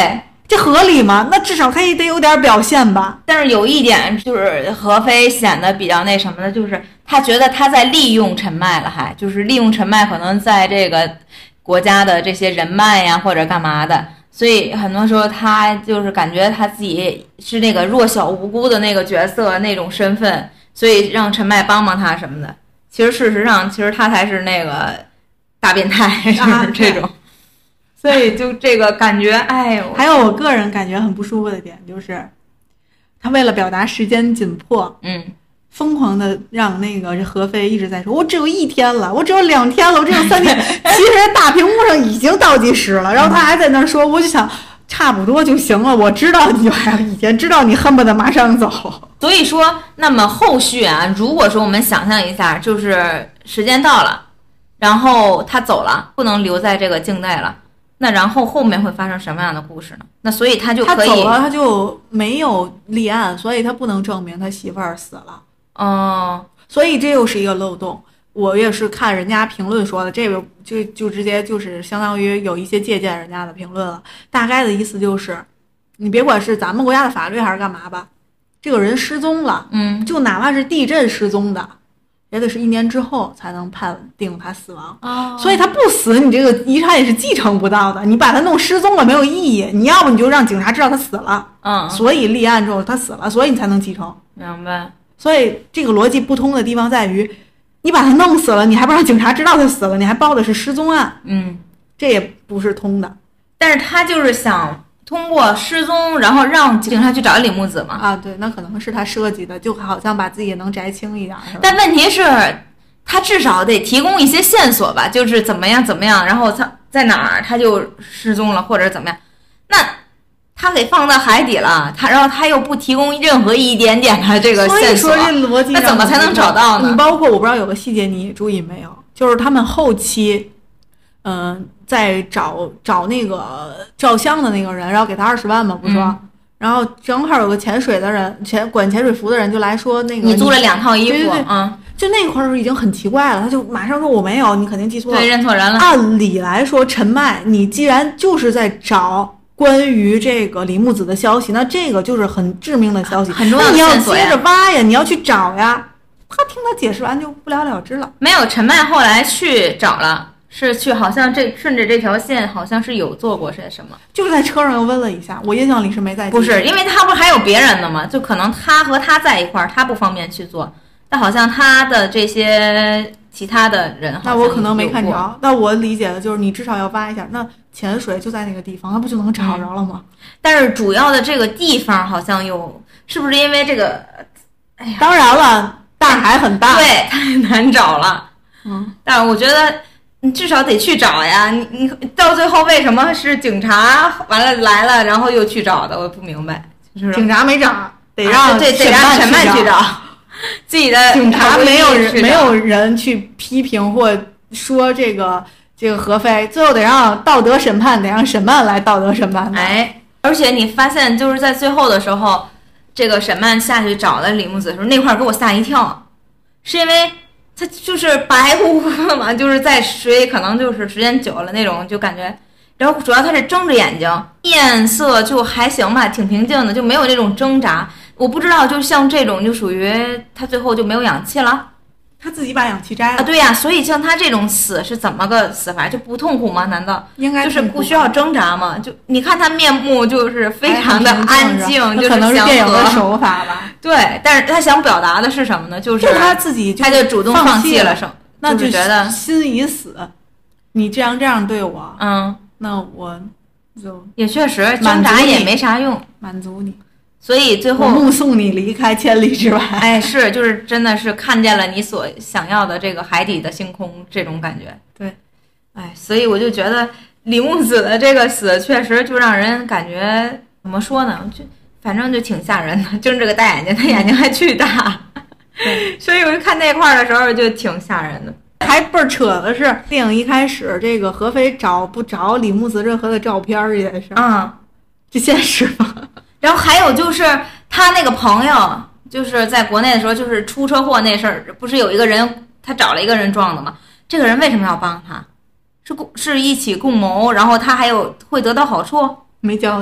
这合理吗？那至少他也得有点表现吧。 但是有一点就是何非显得比较那什么的，就是他觉得他在利用陈麦了，还就是利用陈麦可能在这个国家的这些人脉呀或者干嘛的，所以很多时候他就是感觉他自己是那个弱小无辜的那个角色那种身份，所以让陈麦帮帮他什么的。其实事实上，其实他才是那个大变态，就是这种。啊所以就这个感觉，哎呦， 还有我个人感觉很不舒服的点就是，他为了表达时间紧迫， 嗯， 疯狂的让那个何非一直在说，我只有一天了，我只有两天了，我只有三天。其实大屏幕上已经倒计时了，然后他还在那儿说，我就想差不多就行了，我知道你还有一天，知道你恨不得马上走。 所以说，那么后续啊，如果说我们想象一下，就是时间到了，然后他走了，不能留在这个境内了。那然后后面会发生什么样的故事呢？那所以他就可以， 他走了，他就没有立案，所以他不能证明他媳妇儿死了。 哦， 所以这又是一个漏洞。我也是看人家评论说的，这个就就直接就是相当于有一些借鉴人家的评论了。大概的意思就是，你别管是咱们国家的法律还是干嘛吧，这个人失踪了， 嗯， 就哪怕是地震失踪的，也得是一年之后才能判定他死亡。 哦， 所以他不死，你这个遗产也是继承不到的。你把他弄失踪了没有意义，你要不你就让警察知道他死了， 嗯， 所以立案之后他死了，所以你才能继承。 明白。 所以这个逻辑不通的地方在于，你把他弄死了，你还不让警察知道他死了，你还报的是失踪案， 嗯， 这也不是通的。 但是他就是想通过失踪，然后让警察去找李木子嘛。 啊，对，那可能是他设计的，就好像把自己也能摘清一样。 但问题是，他至少得提供一些线索吧，就是怎么样怎么样，然后他在哪儿他就失踪了，或者怎么样。那他给放到海底了，他然后他又不提供任何一点点的这个线索， 所以说这逻辑那怎么才能找到呢？ 你包括我不知道有个细节你注意没有，就是他们后期，嗯、呃，在找找那个照相的那个人，然后给他二十万嘛，不说。嗯，然后正好有个潜水的人，潜管潜水服的人就来说那个你租了两套衣服， 对对对， 嗯， 就那块儿已经很奇怪了，他就马上说我没有，你肯定记错了， 对，认错人了。 按理来说，陈麦，你既然就是在找关于这个李木子的消息，那这个就是很致命的消息， 很重要的线索呀， 你要接着挖呀，你要去找呀。他听他解释完就不了了之了。 没有，陈麦后来去找了。是去，好像这顺着这条线，好像是有做过些什么， 就是在车上又问了一下，我印象里是没在。 不是，因为他不是还有别人的吗？就可能他和他在一块儿，他不方便去做，但好像他的这些其他的人， 那我可能没看着。那我理解的就是，你至少要挖一下。那潜水就在那个地方，那不就能找着了吗？ 嗯、但是主要的这个地方好像有，是不是因为这个？哎呀， 当然了，大海很大， 对，太难找了。 嗯， 但是我觉得。你至少得去找呀！你你到最后为什么是警察完了来了，然后又去找的？我不明白。就是警察没找，得让、 啊、对得让审判去找。自己的警察没有人没有人去批评或说这个这个何非，最后得让道德审判，得让审判来道德审判。 哎，而且你发现就是在最后的时候，这个审判下去找了李木子的时候，那块儿给我吓一跳，是因为。它就是白乎乎的嘛，就是在水可能就是时间久了那种，就感觉，然后主要他是睁着眼睛，面色就还行吧，挺平静的，就没有那种挣扎。我不知道，就像这种就属于他最后就没有氧气了， 他自己把氧气摘了啊。对呀、啊，所以像他这种死是怎么个死法？就不痛苦吗？难道应该就是不需要挣扎吗？就你看他面目就是非常的安静， 哎、 就是可能是电影的手法吧。 对，但是他想表达的是什么呢？就是就他自己就他就主动放弃了， 那就觉得心已死。你这样这样对我， 嗯， 那我就也确实挣扎也没啥用， 满足你。 所以最后我目送你离开千里之外。 哎，是，就是真的是看见了你所想要的这个海底的星空，这种感觉。 对， 哎，所以我就觉得李木子的这个死确实就让人感觉怎么说呢？就反正就挺吓人的，睁着个大眼睛，他眼睛还巨大。 对， 所以我就看那块儿的时候就挺吓人的。 还倍儿扯的是，电影一开始这个何非找不着李木子任何的照片儿也是， 嗯， 这现实吗？ 然后还有就是他那个朋友，就是在国内的时候，就是出车祸那事儿，不是有一个人他找了一个人撞的吗？这个人为什么要帮他？是共是一起共谋，然后他还有会得到好处？ 没交代。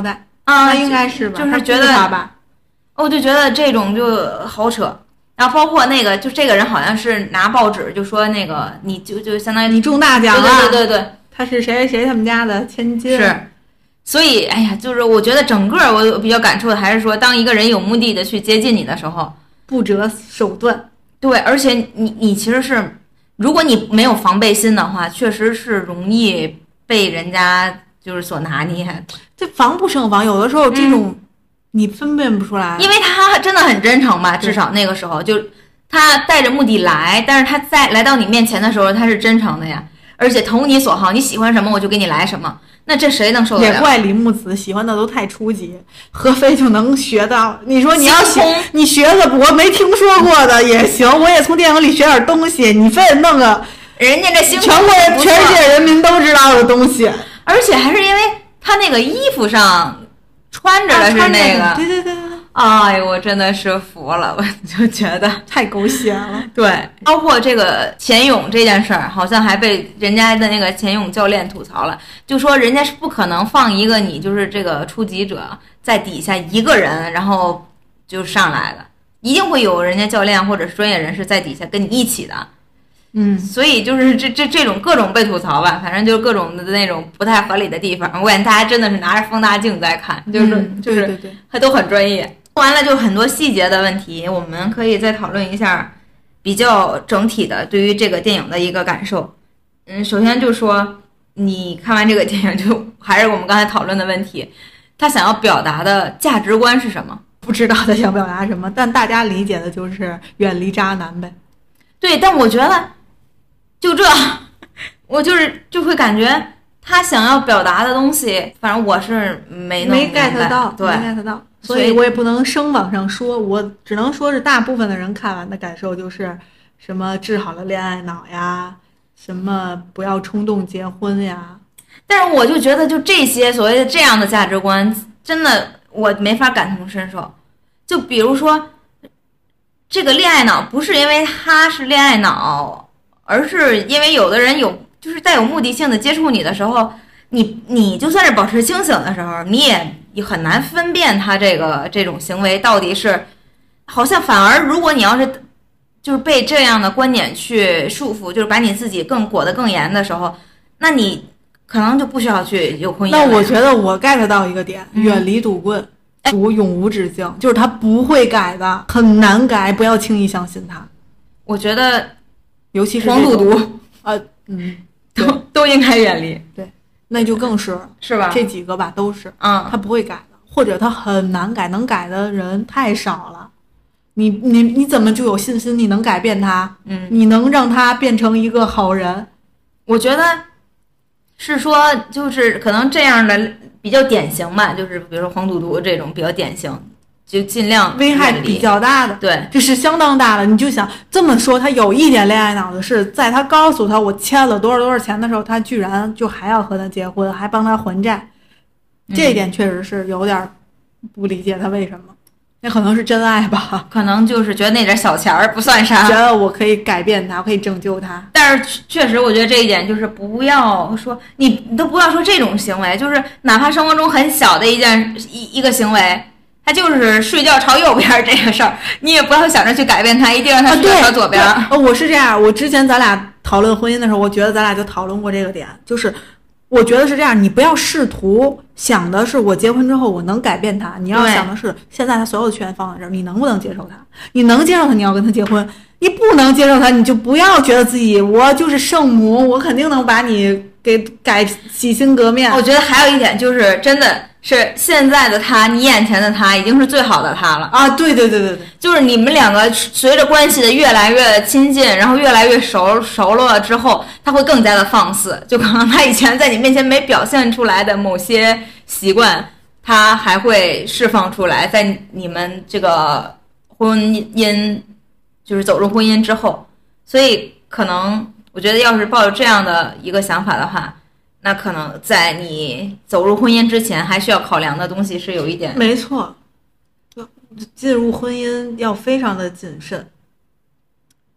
啊， 那应该是吧？ 就是觉得他吧， 我就觉得这种就好扯。然后包括那个，就这个人好像是拿报纸就说那个，你就就相当于你中大奖了， 对对对对， 他是谁谁他们家的千金是。所以哎呀，就是我觉得整个我比较感触的还是说，当一个人有目的的去接近你的时候， 不择手段。 对，而且你你其实是，如果你没有防备心的话，确实是容易被人家就是所拿捏。 这防不胜防，有的时候这种。嗯你分辨不出来， 因为他真的很真诚吧，至少那个时候就他带着目的来，但是他在来到你面前的时候他是真诚的呀，而且投你所好，你喜欢什么我就给你来什么，那这谁能受得了？ 也怪李木子喜欢的都太初级，何非就能学到。你说你要学，你学个我没听说过的也行，我也从电影里学点东西，你非得弄个人家这星全国全世界人民都知道的东西， 而且还是因为他那个衣服上。穿着的是那个， 啊、对对对对， 哎呦，我真的是服了，我就觉得太狗血了。 对，包括这个钱勇这件事儿，好像还被人家的那个钱勇教练吐槽了，就说人家是不可能放一个你就是这个初级者在底下一个人，然后就上来的，一定会有人家教练或者是专业人士在底下跟你一起的。 嗯， 所以就是这这这种各种被吐槽吧，反正就是各种的那种不太合理的地方，我感觉大家真的是拿着放大镜在看，就是、 嗯、 就是对对对， 还都很专业。完了就很多细节的问题，我们可以再讨论一下比较整体的对于这个电影的一个感受。嗯，首先就说你看完这个电影，就还是我们刚才讨论的问题，他想要表达的价值观是什么？ 不知道他想表达什么，但大家理解的就是远离渣男呗。 对，但我觉得。就这，我就是就会感觉他想要表达的东西，反正我是没弄没 get 到， 对， 没 get 到，所以我也不能生往上说，我只能说是大部分的人看完的感受就是什么治好了恋爱脑呀，什么不要冲动结婚呀。 但是我就觉得，就这些所谓的这样的价值观，真的我没法感同身受。就比如说，这个恋爱脑不是因为他是恋爱脑。而是因为有的人有就是带有目的性的接触你的时候，你你就算是保持清醒的时候，你也很难分辨他这个这种行为到底是，好像反而如果你要是就是被这样的观点去束缚，就是把你自己更裹得更严的时候，那你可能就不需要去有婚姻。 那我觉得我 get 到一个点，嗯、远离赌棍，赌永无止境，就是他不会改的，很难改，不要轻易相信他。 我觉得。 尤其是黄赌毒， 呃，嗯， 都都应该远离。 对，那就更是是吧？ 这几个吧都是， 嗯， 他不会改的，或者他很难改，能改的人太少了。你你你怎么就有信心你能改变他？ 嗯， 你能让他变成一个好人？ 我觉得是说，就是可能这样的比较典型吧，就是比如说黄赌毒这种比较典型。就尽量危害比较大的， 对， 这是相当大的。你就想这么说，他有一点恋爱脑的是，在他告诉他我欠了多少多少钱的时候，他居然就还要和他结婚，还帮他还债，这一点确实是有点不理解他为什么。那可能是真爱吧， 可能就是觉得那点小钱儿不算啥， 觉得我可以改变他，我可以拯救他。 但是确实，我觉得这一点就是不要说你，你都不要说这种行为，就是哪怕生活中很小的一件一一个行为。他就是睡觉朝右边这个事儿，你也不要想着去改变他，一定让他睡觉朝左边。 啊呃，我是这样，我之前咱俩讨论婚姻的时候，我觉得咱俩就讨论过这个点，就是我觉得是这样，你不要试图想的是我结婚之后我能改变他，你要想的是现在他所有的权放在这儿，你能不能接受他？你能接受他，你要跟他结婚；你不能接受他，你就不要觉得自己我就是圣母，我肯定能把你给改洗心革面。 我觉得还有一点就是，真的是现在的他，你眼前的他已经是最好的他了啊！对对对对对， 就是你们两个随着关系的越来越亲近，然后越来越熟熟了之后，他会更加的放肆，就可能他以前在你面前没表现出来的某些习惯，他还会释放出来，在你们这个婚姻就是走入婚姻之后，所以可能我觉得要是抱着这样的一个想法的话，那可能在你走入婚姻之前还需要考量的东西是有一点。 没错，进入婚姻要非常的谨慎。 哎，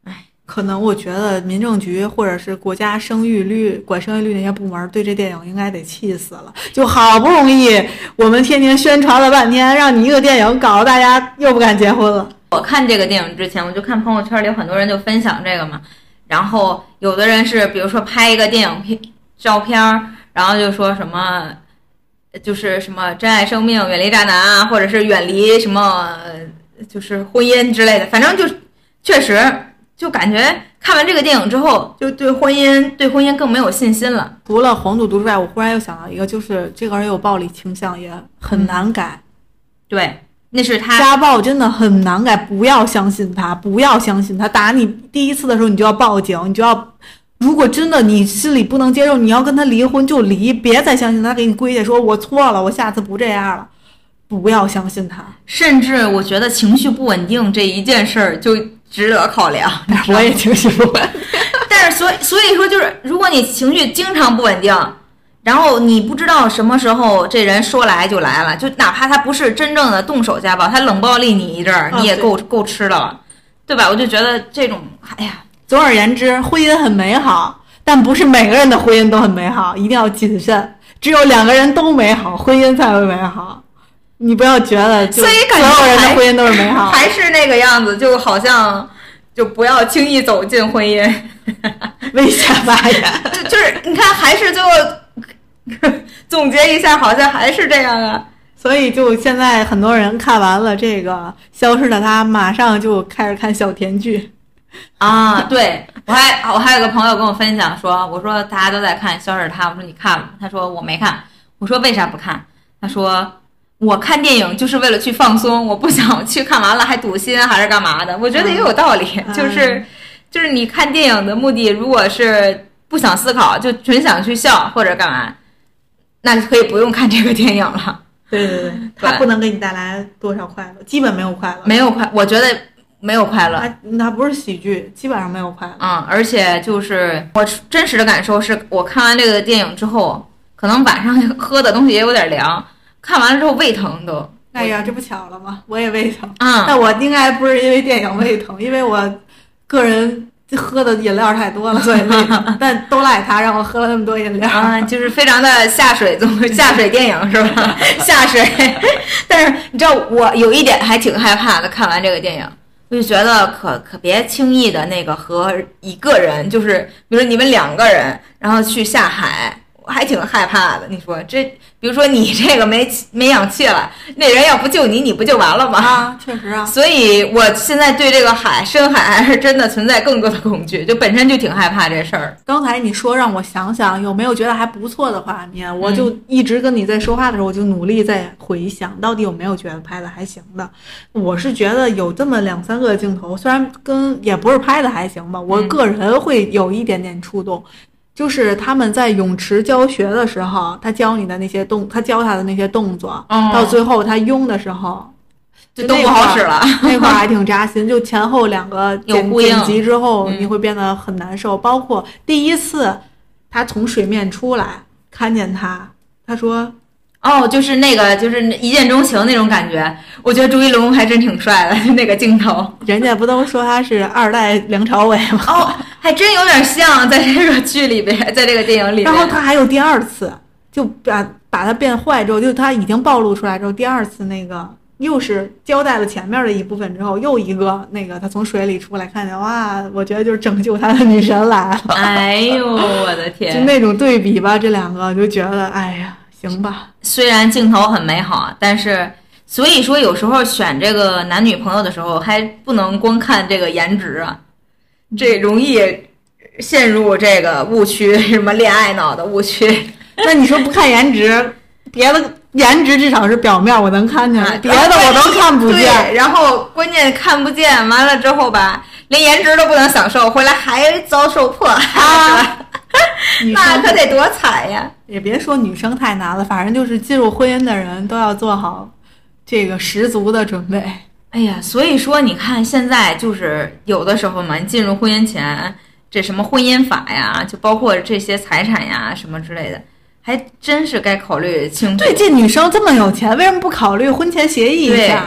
可能我觉得民政局或者是国家生育率管生育率那些部门对这电影应该得气死了，就好不容易我们天天宣传了半天，让你一个电影搞得大家又不敢结婚了。 我看这个电影之前，我就看朋友圈里有很多人就分享这个嘛，然后有的人是比如说拍一个电影片照片，然后就说什么就是什么珍爱生命远离渣男啊，或者是远离什么就是婚姻之类的，反正就确实就感觉看完这个电影之后就对婚姻对婚姻更没有信心了。 除了黄赌毒之外，我忽然又想到一个，就是这个人有暴力倾向也很难改、 嗯、对，那是他家暴真的很难改，不要相信他，不要相信他。打你第一次的时候你就要报警，你就要，如果真的你心里不能接受，你要跟他离婚就离，别再相信他给你跪下说我错了，我下次不这样了，不要相信他。 甚至我觉得情绪不稳定这一件事儿就值得考量。 我也情绪不稳定但是所以所以说就是如果你情绪经常不稳定，然后你不知道什么时候这人说来就来了，就哪怕他不是真正的动手家暴，他冷暴力你一阵儿，你也够、哦、够吃的了，对吧？我就觉得这种，哎呀， 总而言之，婚姻很美好，但不是每个人的婚姻都很美好，一定要谨慎。只有两个人都美好，婚姻才会美好。你不要觉得就所有人的婚姻都是美好， 还是那个样子，就好像就不要轻易走进婚姻， 危险发言。 就是你看，还是最后总结一下，好像还是这样啊。 所以就现在很多人看完了这个《消失的她》，马上就开始看小甜剧啊。对，我还我还有个朋友跟我分享说，我说大家都在看《消失的她》，我说你看了？他说我没看。我说为啥不看？他说我看电影就是为了去放松，我不想去看完了还堵心还是干嘛的。我觉得也有道理，嗯、就是就是你看电影的目的，如果是不想思考，就纯想去笑或者干嘛，那可以不用看这个电影了。 对对对，它不能给你带来多少快乐，基本没有快乐， 没有快，我觉得没有快乐。 它它不是喜剧，基本上没有快乐。 嗯，而且就是我真实的感受是，我看完这个电影之后，可能晚上喝的东西也有点凉，看完了之后胃疼都。 哎呀，这不巧了吗？我也胃疼。 嗯， 但我应该不是因为电影胃疼，因为我个人喝的饮料太多了，所以胃疼。但都赖他让我喝了那么多饮料。 啊、嗯，就是非常的下水，下水电影是吧？下水。但是你知道，我有一点还挺害怕的，看完这个电影，我就觉得可可别轻易的那个和一个人，就是比如说你们两个人，然后去下海。我还挺害怕的，你说这，比如说你这个没没氧气了，那人要不救你，你不就完了吗？ 啊，确实啊。 所以我现在对这个海深海还是真的存在更多的恐惧，就本身就挺害怕这事儿。 刚才你说让我想想有没有觉得还不错的画面，嗯、我就一直跟你在说话的时候，我就努力在回想，到底有没有觉得拍的还行的。我是觉得有这么两三个镜头，虽然跟也不是拍的还行吧，我个人会有一点点触动。嗯，就是他们在泳池教学的时候，他教你的那些动，他教他的那些动作， 嗯、 到最后他用的时候， 就都不好使了。 那块还挺扎心，就前后两个剪剪辑之后， 嗯、 你会变得很难受。包括第一次他从水面出来，看见他，他说。 哦，就是那个，就是一见钟情那种感觉。我觉得朱一龙还真挺帅的，那个镜头。 人家不都说他是二代梁朝伟吗？ 哦，还真有点像，在这个剧里边，在这个电影里边。 然后他还有第二次，就把把他变坏之后，就他已经暴露出来之后，第二次那个又是交代了前面的一部分之后，又一个那个他从水里出来，看见哇，我觉得就是拯救他的女神来了。 哎呦，我的天！ 就那种对比吧，这两个就觉得，哎呀。行吧， 虽然镜头很美好，但是所以说有时候选这个男女朋友的时候，还不能光看这个颜值啊，这容易陷入这个误区，什么恋爱脑的误区。 那你说不看颜值，别的颜值至少是表面我能看见，啊、别的我都看不见。 对，然后关键看不见，完了之后吧，连颜值都不能享受，回来还遭受迫害。啊那可得多惨呀！ 也别说女生太难了，反正就是进入婚姻的人都要做好这个十足的准备。 哎呀，所以说你看现在就是有的时候嘛，你进入婚姻前，这什么婚姻法呀，就包括这些财产呀什么之类的，还真是该考虑清楚。 对，这女生这么有钱，为什么不考虑婚前协议一下？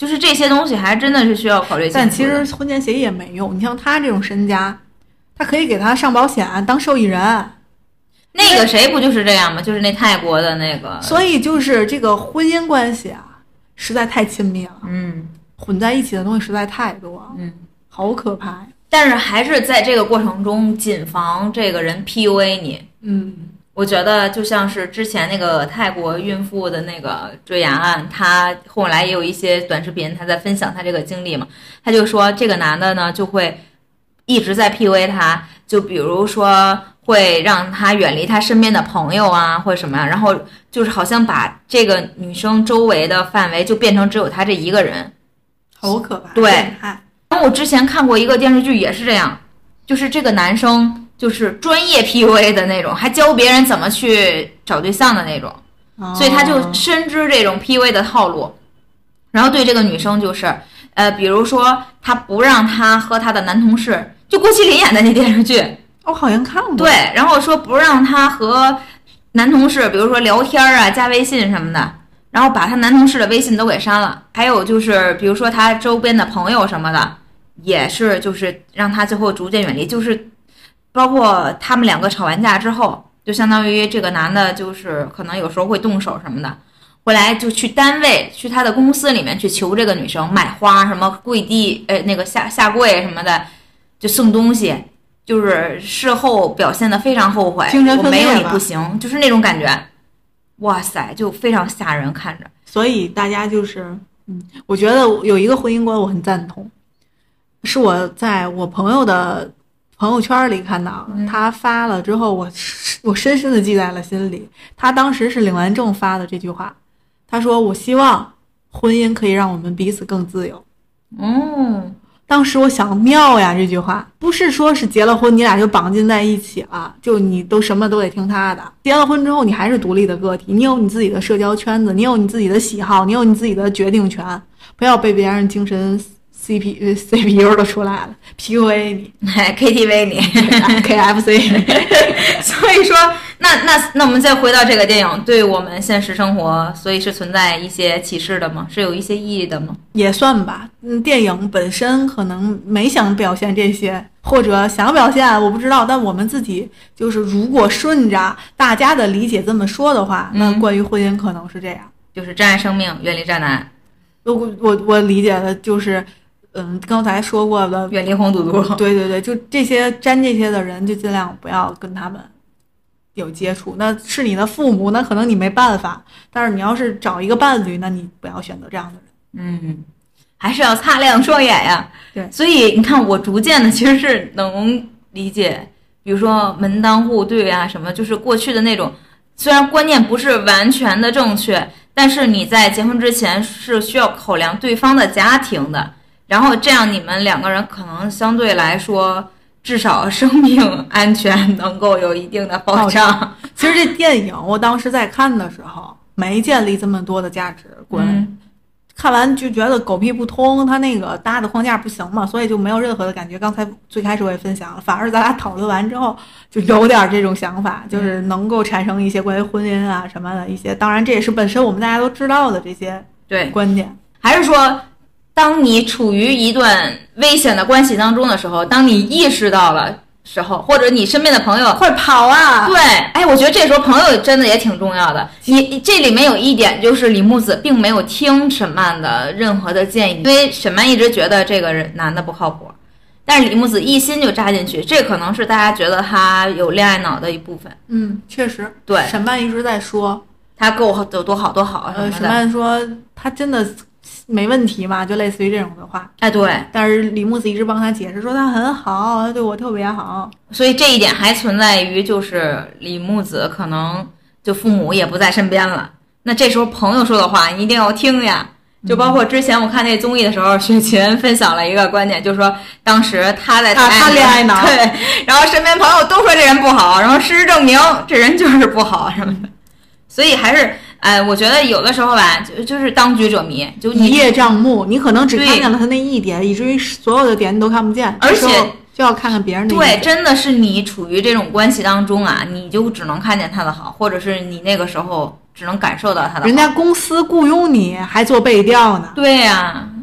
就是这些东西还真的是需要考虑清楚的。 但其实婚前协议也没用，你像他这种身家，他可以给他上保险当受益人。 那个谁不就是这样吗？就是那泰国的那个。 所以就是这个婚姻关系啊，实在太亲密了。 嗯， 混在一起的东西实在太多。 嗯， 好可怕呀。 但是还是在这个过程中谨防这个人 P U A 你。 嗯， 我觉得就像是之前那个泰国孕妇的那个追牙案，他后来也有一些短视频，他在分享他这个经历嘛。他就说这个男的呢就会一直在 P U A 他，就比如说会让他远离他身边的朋友啊，或者什么呀，然后就是好像把这个女生周围的范围就变成只有他这一个人， 好可怕。 对。然后我之前看过一个电视剧也是这样，就是这个男生就是专业 P U A 的那种，还教别人怎么去找对象的那种， 哦、 所以他就深知这种 P U A 的套路，然后对这个女生就是呃，比如说他不让他和他的男同事，就郭麒麟演的那电视剧， 我好像看过。 对，然后说不让他和男同事，比如说聊天啊、加微信什么的，然后把他男同事的微信都给删了。还有就是，比如说他周边的朋友什么的，也是就是让他最后逐渐远离。就是包括他们两个吵完架之后，就相当于这个男的，就是可能有时候会动手什么的。后来就去单位，去他的公司里面去求这个女生买花，什么跪地，呃，那个下下跪什么的，就送东西。就是事后表现得非常后悔，我没有你不行，就是那种感觉，哇塞，就非常吓人看着。 所以大家就是，嗯，我觉得有一个婚姻观我很赞同，是我在我朋友的朋友圈里看到的， 嗯、 他发了之后，我我深深的记在了心里。他当时是领完证发的这句话，他说：“我希望婚姻可以让我们彼此更自由。” 哦。 当时我想妙呀，这句话不是说是结了婚你俩就绑定在一起了，就你都什么都得听他的。结了婚之后你还是独立的个体，你有你自己的社交圈子，你有你自己的喜好，你有你自己的决定权，不要被别人精神 C P C P U 都出来了 P U A 你 K T V 你 K F C 所以说那那那我们再回到这个电影，对我们现实生活所以是存在一些启示的吗？是有一些意义的吗？ 也算吧。嗯，电影本身可能没想表现这些，或者想表现我不知道，但我们自己就是如果顺着大家的理解这么说的话，那关于婚姻可能是这样， 就是珍爱生命，远离渣男。 我我我理解的就是嗯，刚才说过的远离黄赌毒。 对对对，就这些沾这些的人就尽量不要跟他们有接触。那是你的父母，那可能你没办法，但是你要是找一个伴侣，那你不要选择这样的人。 嗯，还是要擦亮双眼呀。 对， 所以你看我逐渐的其实是能理解，比如说门当户对啊什么，就是过去的那种，虽然观念不是完全的正确，但是你在结婚之前是需要考量对方的家庭的，然后这样你们两个人可能相对来说至少生命安全能够有一定的保障。 其实这电影我当时在看的时候没建立这么多的价值观、嗯、看完就觉得狗屁不通，他那个搭的框架不行嘛，所以就没有任何的感觉。刚才最开始我也分享了，反而咱俩讨论完之后就有点这种想法，就是能够产生一些关于婚姻啊什么的一些，当然这也是本身我们大家都知道的这些对观点。 还是说当你处于一段危险的关系当中的时候，当你意识到了时候，或者你身边的朋友快跑啊， 对，哎，我觉得这时候朋友真的也挺重要的。你这里面有一点就是李木子并没有听沈曼的任何的建议，因为沈曼一直觉得这个人男的不靠谱，但是李木子一心就扎进去，这可能是大家觉得他有恋爱脑的一部分。 嗯，确实， 对， 沈曼一直在说他够有多好多好什么的。 呃，沈曼说他真的没问题嘛，就类似于这种的话。 哎，对。 但是李木子一直帮他解释说他很好，他对我特别好。 所以这一点还存在于就是李木子可能就父母也不在身边了，那这时候朋友说的话你一定要听呀。就包括之前我看那综艺的时候，雪琴分享了一个观点，就是说当时他在他他恋爱脑， 对，然后身边朋友都说这人不好，然后事实证明这人就是不好什么的。所以还是呃，我觉得有的时候吧，就就是当局者迷，就一叶障目，你可能只看见了他那一点，以至于所有的点你都看不见， 而且就要看看别人的。 对，真的是你处于这种关系当中啊，你就只能看见他的好，或者是你那个时候只能感受到他的好。 人家公司雇佣你还做背调呢。 对呀、啊，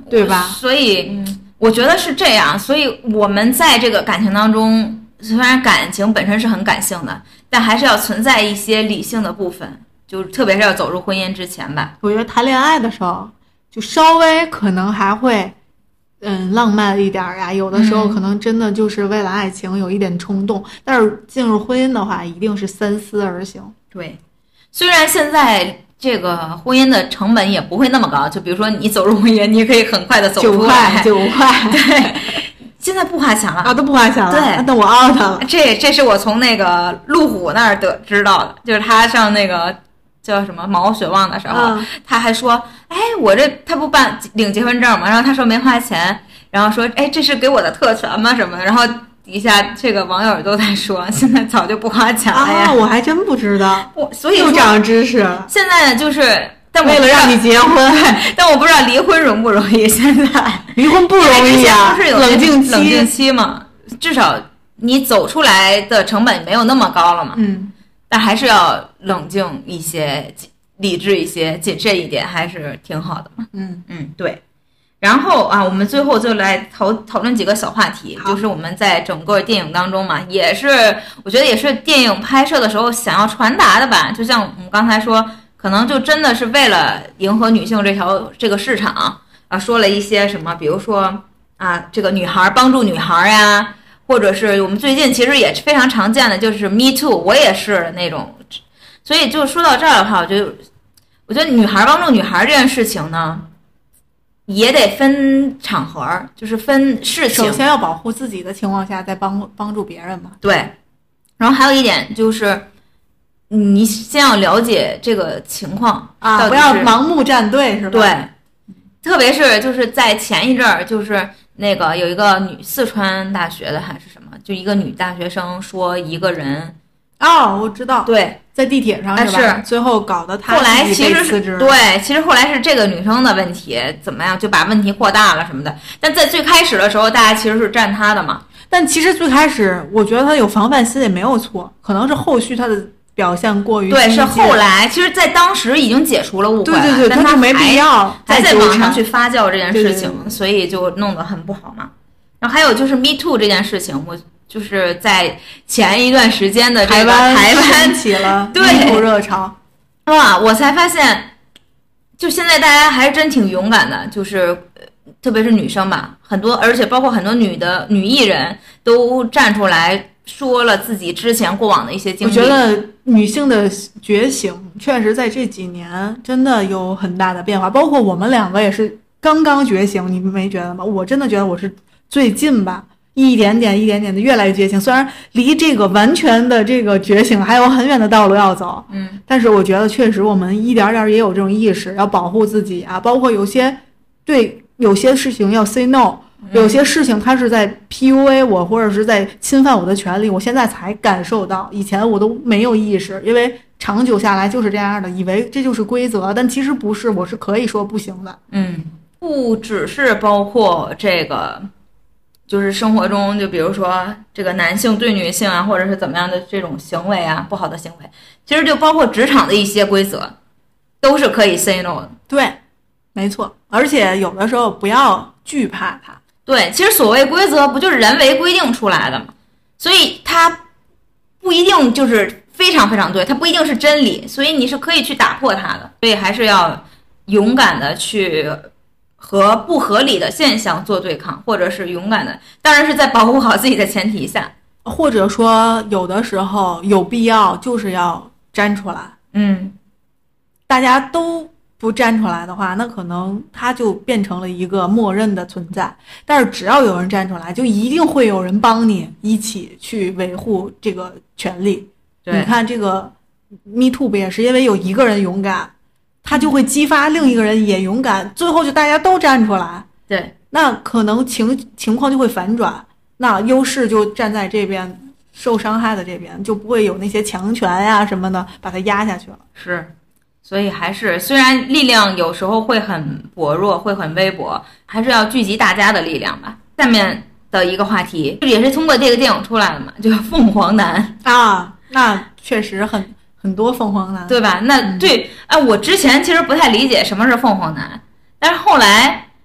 对吧？ 所以、嗯、我觉得是这样。所以我们在这个感情当中，虽然感情本身是很感性的，但还是要存在一些理性的部分，就特别是要走入婚姻之前吧。 我觉得谈恋爱的时候，就稍微可能还会。嗯，浪漫一点呀，有的时候可能真的就是为了爱情有一点冲动，嗯、但是进入婚姻的话，一定是三思而行。 对，虽然现在这个婚姻的成本也不会那么高，就比如说你走入婚姻，你可以很快的走出来， 九块，九块， 对，现在不花钱了啊，都不花钱了。 对， 那我 out 了。 这这是我从那个路虎那儿得知道的，就是他上那个。叫什么毛血旺的时候、嗯、他还说哎我这他不办领结婚证吗，然后他说没花钱，然后说哎这是给我的特权吗什么的，然后底下这个网友都在说现在早就不花钱了呀、 啊、我还真不知道， 我所以又长知识了。 现在呢就是但我为了让你结婚但我不知道离婚容不容易，现在离婚不容易啊， 不是有冷静期冷静期嘛，至少你走出来的成本没有那么高了嘛。 嗯， 但还是要冷静一些，理智一些，谨慎一点，还是挺好的嘛。 嗯嗯，对。然后啊，我们最后就来讨讨论几个小话题，就是我们在整个电影当中嘛，也是我觉得也是电影拍摄的时候想要传达的吧。就像我们刚才说，可能就真的是为了迎合女性这条这个市场啊，说了一些什么，比如说啊，这个女孩帮助女孩呀。或者是我们最近其实也非常常见的，就是 Me Too， 我也是那种，所以就说到这儿的话，我就我觉得女孩帮助女孩这件事情呢，也得分场合，就是分事情。 首先要保护自己的情况下，再帮帮助别人嘛。 对，然后还有一点就是，你先要了解这个情况啊，不要盲目站队，是吧？ 对，特别是就是在前一阵儿，就是。那个有一个女四川大学的还是什么，就一个女大学生说一个人， 哦，我知道， 对， 在地铁上是吧？ 是最后搞得她后来其实是对，其实后来是这个女生的问题，怎么样就把问题扩大了什么的。但在最开始的时候，大家其实是站她的嘛。 但其实最开始，我觉得她有防范心也没有错，可能是后续她的表现过于对，是后来，其实，在当时已经解除了误会了， 对对对， 但他没必要还在网上去发酵这件事情， 对对对， 所以就弄得很不好嘛。然后还有就是 Me Too 这件事情，我就是在前一段时间的这个台湾起了 Me Too 热潮， 哇，我才发现，就现在大家还是真挺勇敢的，就是特别是女生吧，很多，而且包括很多女的女艺人都站出来。说了自己之前过往的一些经历， 我觉得女性的觉醒确实在这几年真的有很大的变化，包括我们两个也是刚刚觉醒，你没觉得吗？我真的觉得我是最近吧，一点点一点点的越来越觉醒，虽然离这个完全的这个觉醒还有很远的道路要走， 嗯， 但是我觉得确实我们一点点也有这种意识，要保护自己啊，包括有些对有些事情要 say no。有些事情他是在 P U A 我，或者是在侵犯我的权利，我现在才感受到，以前我都没有意识，因为长久下来就是这样的，以为这就是规则，但其实不是，我是可以说不行的。 嗯，不只是包括这个，就是生活中，就比如说这个男性对女性啊，或者是怎么样的这种行为啊，不好的行为，其实就包括职场的一些规则，都是可以 say no 的。 对，没错，而且有的时候不要惧怕它。 对，其实所谓规则不就是人为规定出来的吗？所以它不一定就是非常非常对，它不一定是真理，所以你是可以去打破它的。所以还是要勇敢的去和不合理的现象做对抗，或者是勇敢的，当然是在保护好自己的前提下， 或者说有的时候有必要就是要站出来。 嗯， 大家都不站出来的话，那可能它就变成了一个默认的存在。但是只要有人站出来，就一定会有人帮你一起去维护这个权利。你看这个 Me Too 不也是因为有一个人勇敢，他就会激发另一个人也勇敢，最后就大家都站出来。 对， 那可能情情况就会反转，那优势就站在这边，受伤害的这边，就不会有那些强权呀什么的把它压下去了。 是。所以还是，虽然力量有时候会很薄弱，会很微薄，还是要聚集大家的力量吧。下面的一个话题也是通过这个电影出来的嘛，就是凤凰男啊，那确实很很多凤凰男， 对吧？那对，哎、嗯，我之前其实不太理解什么是凤凰男，但是后来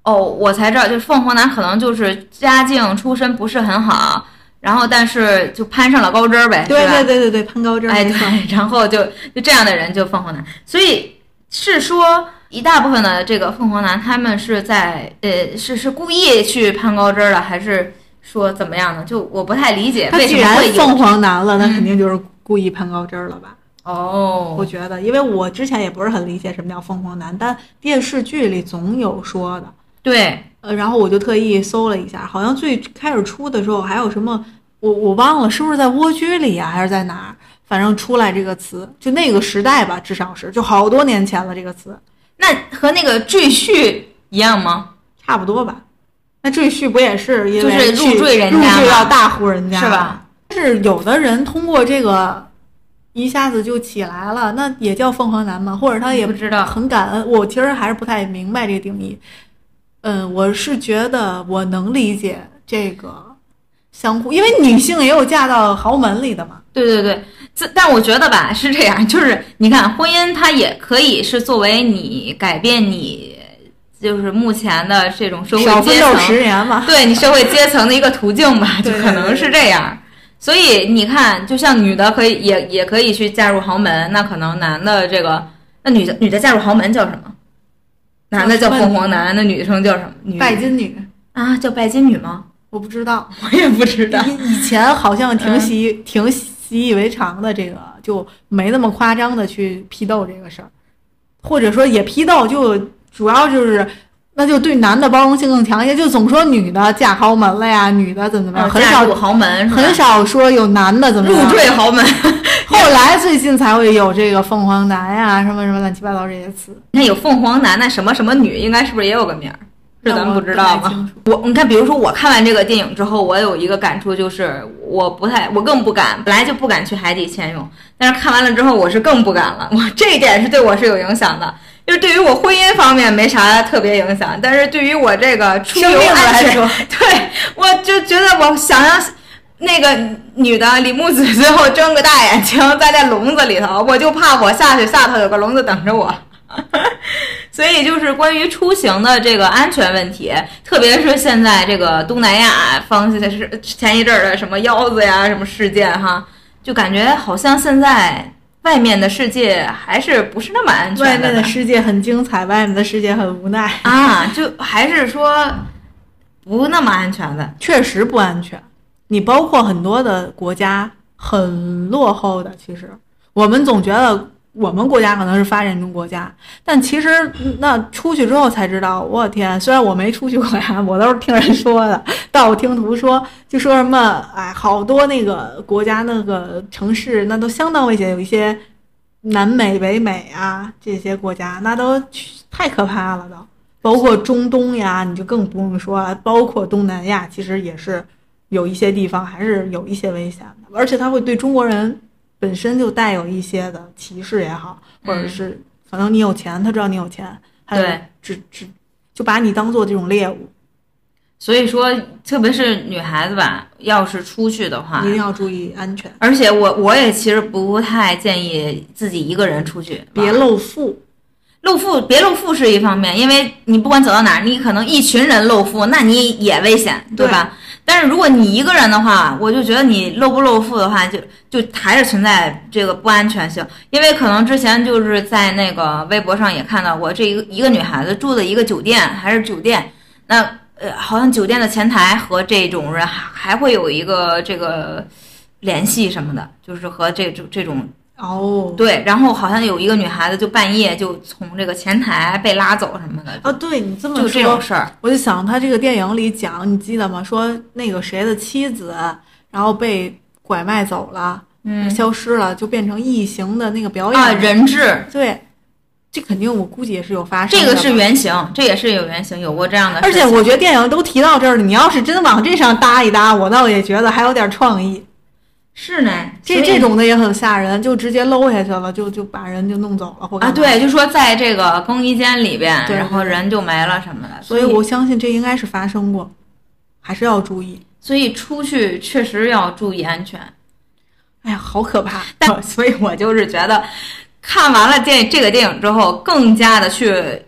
哦，我才知道，就是凤凰男可能就是家境出身不是很好，然后但是就攀上了高枝儿呗， 对对对对对，攀高枝儿， 哎对，然后就就这样的人就凤凰男，所以是说一大部分的这个凤凰男他们是在呃是是故意去攀高枝儿的，还是说怎么样呢？就我不太理解为什么会有。 他既然凤凰男了，那肯定就是故意攀高枝儿了吧？ 哦， 我觉得，因为我之前也不是很理解什么叫凤凰男，但电视剧里总有说的。 对， 呃，然后我就特意搜了一下，好像最开始出的时候还有什么，我我忘了是不是在蜗居里啊，还是在哪儿？反正出来这个词，就那个时代吧，至少是就好多年前了这个词。 那和那个赘婿一样吗？ 差不多吧。那赘婿不也是因为就是入赘人家， 入赘要大户人家是吧？ 但是有的人通过这个一下子就起来了，那也叫凤凰男吗？或者他也不知道， 很感恩。我其实还是不太明白这个定义。嗯，我是觉得我能理解这个相互，因为女性也有嫁到豪门里的嘛。 对对对，这但我觉得吧是这样，就是你看婚姻它也可以是作为你改变你就是目前的这种社会阶层， 十年嘛， 对你社会阶层的一个途径吧，就可能是这样。所以你看，就像女的可以也也可以去嫁入豪门，那可能男的这个，那女的女的嫁入豪门叫什么？男的叫凤凰男，那女生叫什么？女拜金女啊，叫拜金女吗？ 我不知道， 我也不知道。 以前好像挺习、嗯、挺习以为常的，这个就没那么夸张的去批斗这个事儿，或者说也批斗，就主要就是那就对男的包容性更强一些，就总说女的嫁豪门了呀，女的怎么怎么样，很少入豪门， 很少说有男的怎么入赘豪门。 后来最近才会有这个凤凰男呀，什么什么乱七八糟这些词。 那有凤凰男，那什么什么女，应该是不是也有个名儿？这咱们不知道吗？ 我你看，比如说我看完这个电影之后，我有一个感触，就是我不太，我更不敢，本来就不敢去海底潜泳，但是看完了之后，我是更不敢了。我这一点是对我是有影响的，就是对于我婚姻方面没啥特别影响，但是对于我这个出游安全，对我就觉得我想要那个女的李木子最后睁个大眼睛在那笼子里头，我就怕我下去下头有个笼子等着我。所以就是关于出行的这个安全问题，特别是现在这个东南亚方是前一阵儿的什么腰子呀什么事件哈，就感觉好像现在外面的世界还是不是那么安全的。 外面的世界很精彩，外面的世界很无奈啊，就还是说不那么安全的， 确实不安全。你包括很多的国家很落后的，其实我们总觉得我们国家可能是发展中国家，但其实那出去之后才知道，我天！虽然我没出去过呀，我都是听人说的，道听途说，就说什么哎，好多那个国家那个城市那都相当危险，有一些南美、北美啊这些国家那都太可怕了都，包括中东呀，你就更不用说了，包括东南亚，其实也是有一些地方还是有一些危险的，而且它会对中国人本身就带有一些的歧视也好，或者是可能你有钱，他知道你有钱，还有只只就把你当做这种猎物。 所以说，特别是女孩子吧，要是出去的话， 一定要注意安全。 而且我我也其实不太建议自己一个人出去， 别露富。 露富别露富是一方面，因为你不管走到哪儿，你可能一群人露富，那你也危险，对吧？对，但是如果你一个人的话，我就觉得你露不露富的话，就就还是存在这个不安全性。因为可能之前就是在那个微博上也看到过，这一个一个女孩子住的一个酒店还是酒店，那呃好像酒店的前台和这种人还还会有一个这个联系什么的，就是和这种这种。 哦， 对，然后好像有一个女孩子就半夜就从这个前台被拉走什么的。 哦，对你这么说， 就这种事儿， 我就想他这个电影里讲，你记得吗？说那个谁的妻子，然后被拐卖走了， 嗯， 消失了，就变成异形的那个表演啊，人质。 对，这肯定我估计也是有发生的。这个是原型，这也是有原型，有过这样的事。 而且我觉得电影都提到这儿了，你要是真往这上搭一搭，我倒也觉得还有点创意。 是呢， 这这种的也很吓人，就直接搂下去了，就就把人就弄走了，或啊，对，就说在这个更衣间里边， 对， 然后人就没了什么的， 所以我相信这应该是发生过，还是要注意。 所以出去确实要注意安全。 哎呀，好可怕！ 但所以我就是觉得，看完了电这个电影之后，更加的去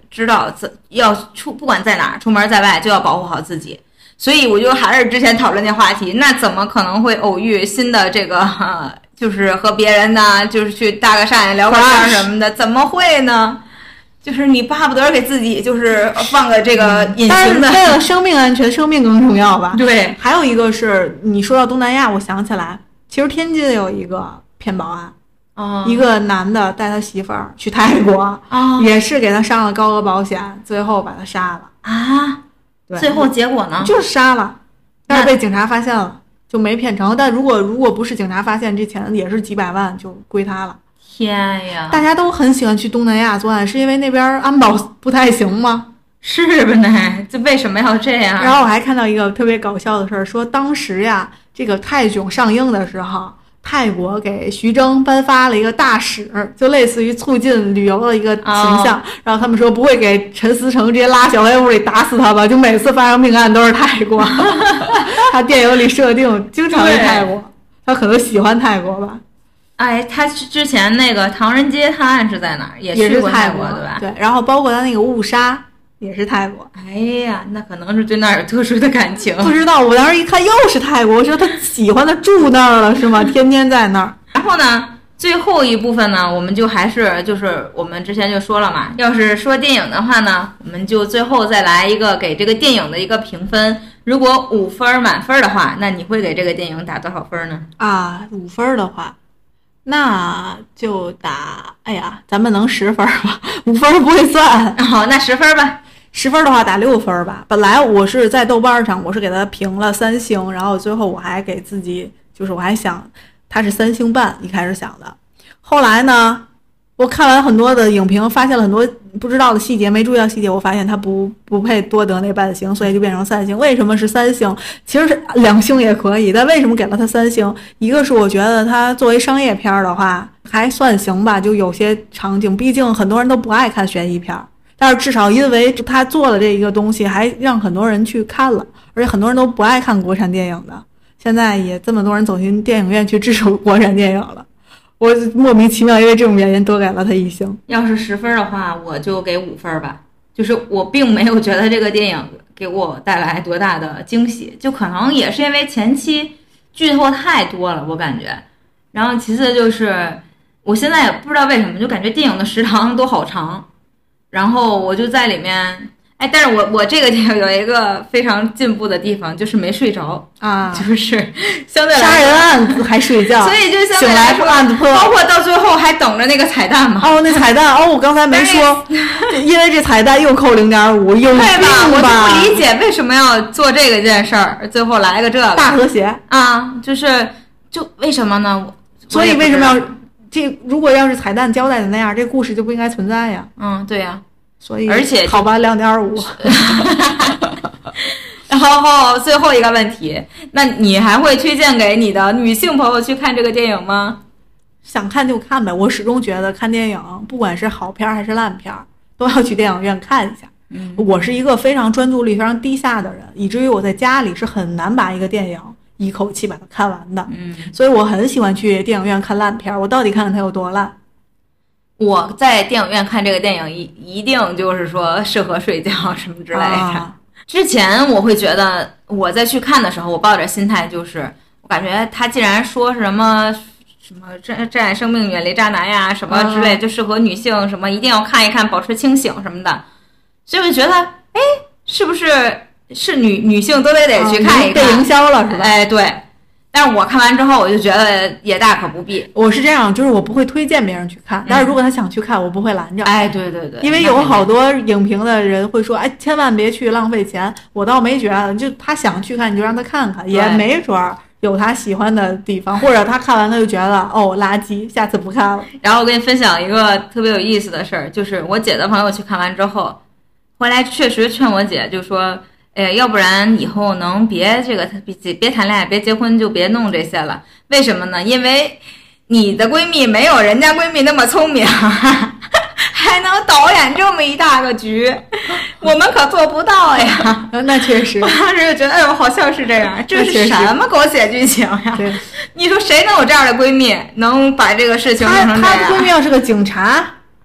知道自要出，不管在哪儿，出门在外就要保护好自己。所以我就还是之前讨论那话题，那怎么可能会偶遇新的这个，呃、就是和别人呢，就是去搭个讪、聊个天什么的，怎么会呢？就是你巴不得给自己就是放个这个隐形的， 为了生命安全，生命更重要吧？ 对。 还有一个是你说到东南亚，我想起来，其实天津有一个骗保案。 哦， 一个男的带他媳妇儿去泰国， 哦， 也是给他上了高额保险，最后把他杀了啊。对，最后结果呢？ 就是杀了，但是被警察发现了，就没骗成。但如果如果不是警察发现，这钱也是几百万就归他了。 天呀！ 大家都很喜欢去东南亚作案，是因为那边安保不太行吗？ 是吧呢？这为什么要这样？ 然后我还看到一个特别搞笑的事儿，说当时呀，这个泰囧上映的时候。泰国给徐峥颁发了一个大使，就类似于促进旅游的一个形象。Oh. 然后他们说不会给陈思诚直接拉小黑屋里打死他吧？就每次发生命案都是泰国。他电影里设定经常是泰国，他可能喜欢泰国吧。 哎，他之前那个《唐人街探案》是在哪儿？也去过泰国对吧？ 对，然后包括他那个误杀。也是泰国。 哎呀，那可能是对那儿有特殊的感情。 不知道，我当时一看又是泰国，我说他喜欢，他住那儿了是吗？天天在那儿。 然后呢，最后一部分呢，我们就还是就是我们之前就说了嘛，要是说电影的话呢，我们就最后再来一个给这个电影的一个评分。如果五分满分的话，那你会给这个电影打多少分呢？ 啊，五分的话。那就打，哎呀，咱们能十分吧？五分不会算。 好，那十分吧。 十分的话打六分吧。本来我是在豆瓣上，我是给他评了三星，然后最后我还给自己，就是我还想他是三星半，一开始想的。后来呢，我看完很多的影评，发现了很多不知道的细节，没注意到细节，我发现他不不配多得那半星，所以就变成三星。为什么是三星？其实是两星也可以，但为什么给了他三星？一个是我觉得他作为商业片的话还算行吧，就有些场景，毕竟很多人都不爱看悬疑片。但是至少因为他做了这一个东西，还让很多人去看了，而且很多人都不爱看国产电影的，现在也这么多人走进电影院去支持国产电影了，我莫名其妙因为这种原因多给了他一星。 要是十分的话，我就给五分吧。就是我并没有觉得这个电影给我带来多大的惊喜，就可能也是因为前期剧透太多了，我感觉。然后其次就是我现在也不知道为什么，就感觉电影的时长都好长。然后我就在里面，哎，但是我我这个电影有一个非常进步的地方，就是没睡着啊， 就是相对来说杀人案还睡觉， 所以就相对来说案子破， 包括到最后还等着那个彩蛋嘛。 哦，那彩蛋哦，我刚才没说，因为这彩蛋又扣零点五，有病吧？ 我就不理解为什么要做这个件事儿，最后来个这个大和谐啊，就是就为什么呢？ 所以为什么要？这如果要是彩蛋交代的那样，这故事就不应该存在呀。 嗯，对呀。 所以而且好吧，两点五。 然后最后一个问题，那你还会推荐给你的女性朋友去看这个电影吗？ 想看就看呗。我始终觉得看电影，不管是好片还是烂片，都要去电影院看一下。 嗯， 我是一个非常专注力非常低下的人，以至于我在家里是很难把一个电影一口气把它看完的。 嗯， 所以我很喜欢去电影院看烂片，我到底看看它有多烂。 我在电影院看这个电影一一定就是说适合睡觉什么之类的。 啊、 之前我会觉得我在去看的时候，我抱着心态就是我感觉他既然说什么什么珍珍爱生命远离渣男呀什么之类，就适合女性什么一定要看一看保持清醒什么的，所以我就觉得哎是不是是女女性都得得去看一看， 被营销了是吧？ 哎对。但是我看完之后，我就觉得也大可不必。 我是这样，就是我不会推荐别人去看，但是如果他想去看，我不会拦着。 哎，对对对， 因为有好多影评的人会说，哎，千万别去浪费钱。我倒没觉得，就他想去看，你就让他看看，也没准儿有他喜欢的地方，或者他看完他就觉得哦垃圾，下次不看了。 然后我跟你分享一个特别有意思的事儿，就是我姐的朋友去看完之后，后来确实劝我姐就说。哎，要不然以后能别这个别别谈恋爱，别结婚，就别弄这些了。为什么呢？因为你的闺蜜没有人家闺蜜那么聪明，还能导演这么一大个局，我们可做不到呀。 那确实， 我当时就觉得，哎呦，好像是这样，这是什么狗血剧情呀？ 对， 你说谁能有这样的闺蜜，能把这个事情弄成这样？ 她她闺蜜要是个警察。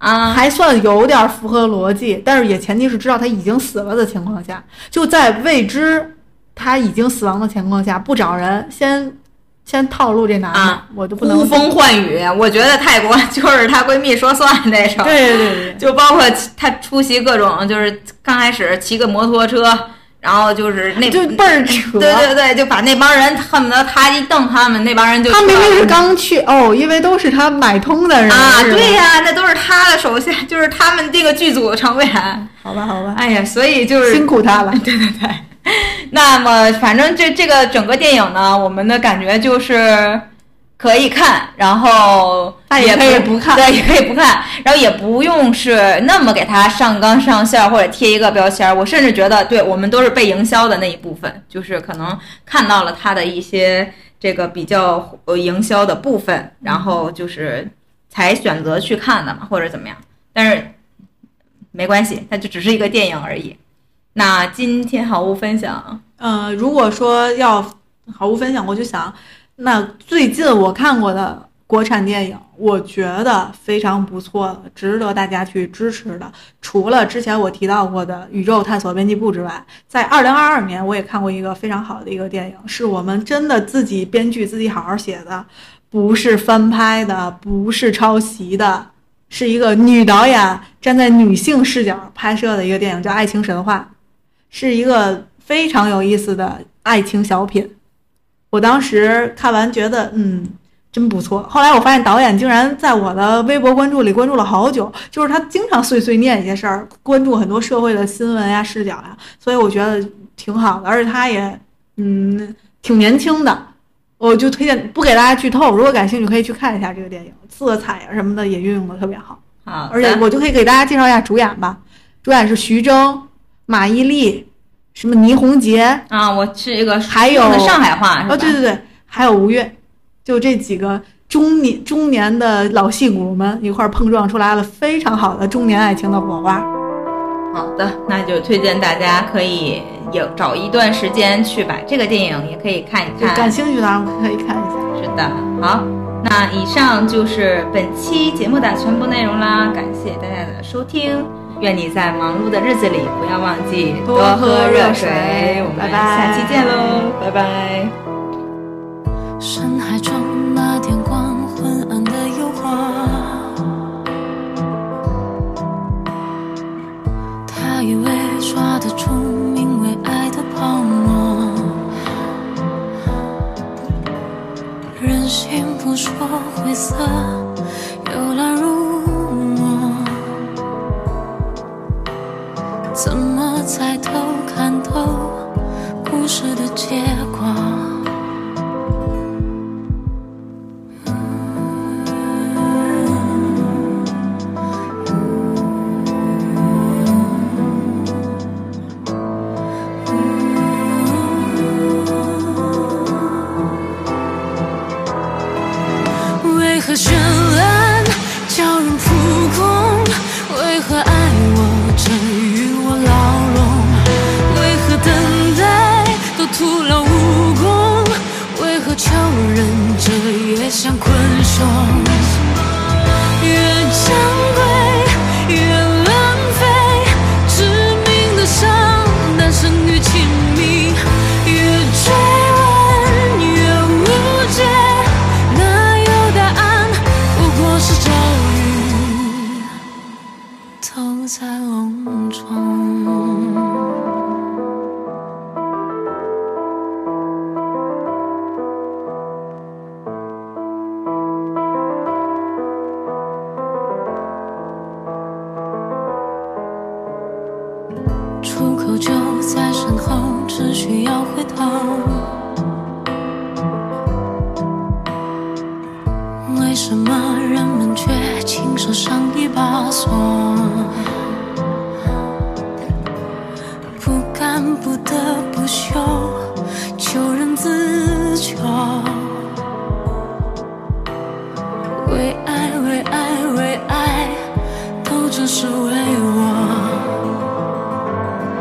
啊， 还算有点符合逻辑，但是也前提是知道他已经死了的情况下，就在未知他已经死亡的情况下，不找人先先套路这男的， 啊、 我就不能呼风唤雨。我觉得泰国就是她闺蜜说算那种， 对对对， 就包括她出席各种，就是刚开始骑个摩托车。然后就是那就倍儿扯， 对对对，就把那帮人恨不得他一瞪他们，那帮人就他明明是刚去哦，因为都是他买通的人啊，对呀、啊，那都是他的手下，就是他们这个剧组成员。 好吧，好吧， 哎呀，所以就是辛苦他了。 对对对，那么反正这这个整个电影呢，我们的感觉就是可以看，然后也可以不看， 对，也可以不看，然后也不用是那么给他上纲上线或者贴一个标签。我甚至觉得，对我们都是被营销的那一部分，就是可能看到了他的一些这个比较呃营销的部分，然后就是才选择去看的嘛，或者怎么样。但是没关系，它就只是一个电影而已。那今天好物分享， 呃，如果说要好物分享，我就想。那最近我看过的国产电影，我觉得非常不错的，值得大家去支持的。除了之前我提到过的《宇宙探索编辑部》之外，在二零二二年我也看过一个非常好的一个电影，是我们真的自己编剧自己好好写的，不是翻拍的，不是抄袭的，是一个女导演站在女性视角拍摄的一个电影，叫《爱情神话》，是一个非常有意思的爱情小品。我当时看完觉得嗯真不错，后来我发现导演竟然在我的微博关注里关注了好久，就是他经常碎碎念一些事儿，关注很多社会的新闻呀视角呀，所以我觉得挺好的，而且他也嗯挺年轻的，我就推荐不给大家剧透，如果感兴趣可以去看一下这个电影，色彩啊什么的也运用的特别好。 好， 而且我就可以给大家介绍一下主演吧，主演是徐峥、马伊琍。什么倪虹洁啊，我是一个还有上海话是吧？ 哦，对对对，还有吴越，就这几个中年中年的老戏骨们一块碰撞出来了非常好的中年爱情的火花。 好的，那就推荐大家可以有找一段时间去把这个电影也可以看一看， 感兴趣的人可以看一下。 是的，好，那以上就是本期节目的全部内容啦，感谢大家的收听。愿你在忙碌的日子里不要忘记多喝热水。我们下期见喽，拜拜。 深海中那点光昏暗的诱惑，他以为抓得住名为爱的泡沫，人心不说灰色，幽兰如怎么抬头看透故事的结果？为何绚烂叫人扑空？为何爱我这与我牢笼？为何等待都徒劳无功？为何求人这也像困兽？越珍贵越浪费，致命的伤诞生于亲密，越追问越无解，哪有答案？不过是咒语投在笼中。出口就在身后，只需要回头。为什么人们却亲手上一把锁？不甘不得不休，求人自求。为爱为爱为爱，都只是为我。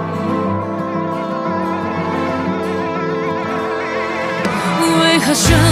为何选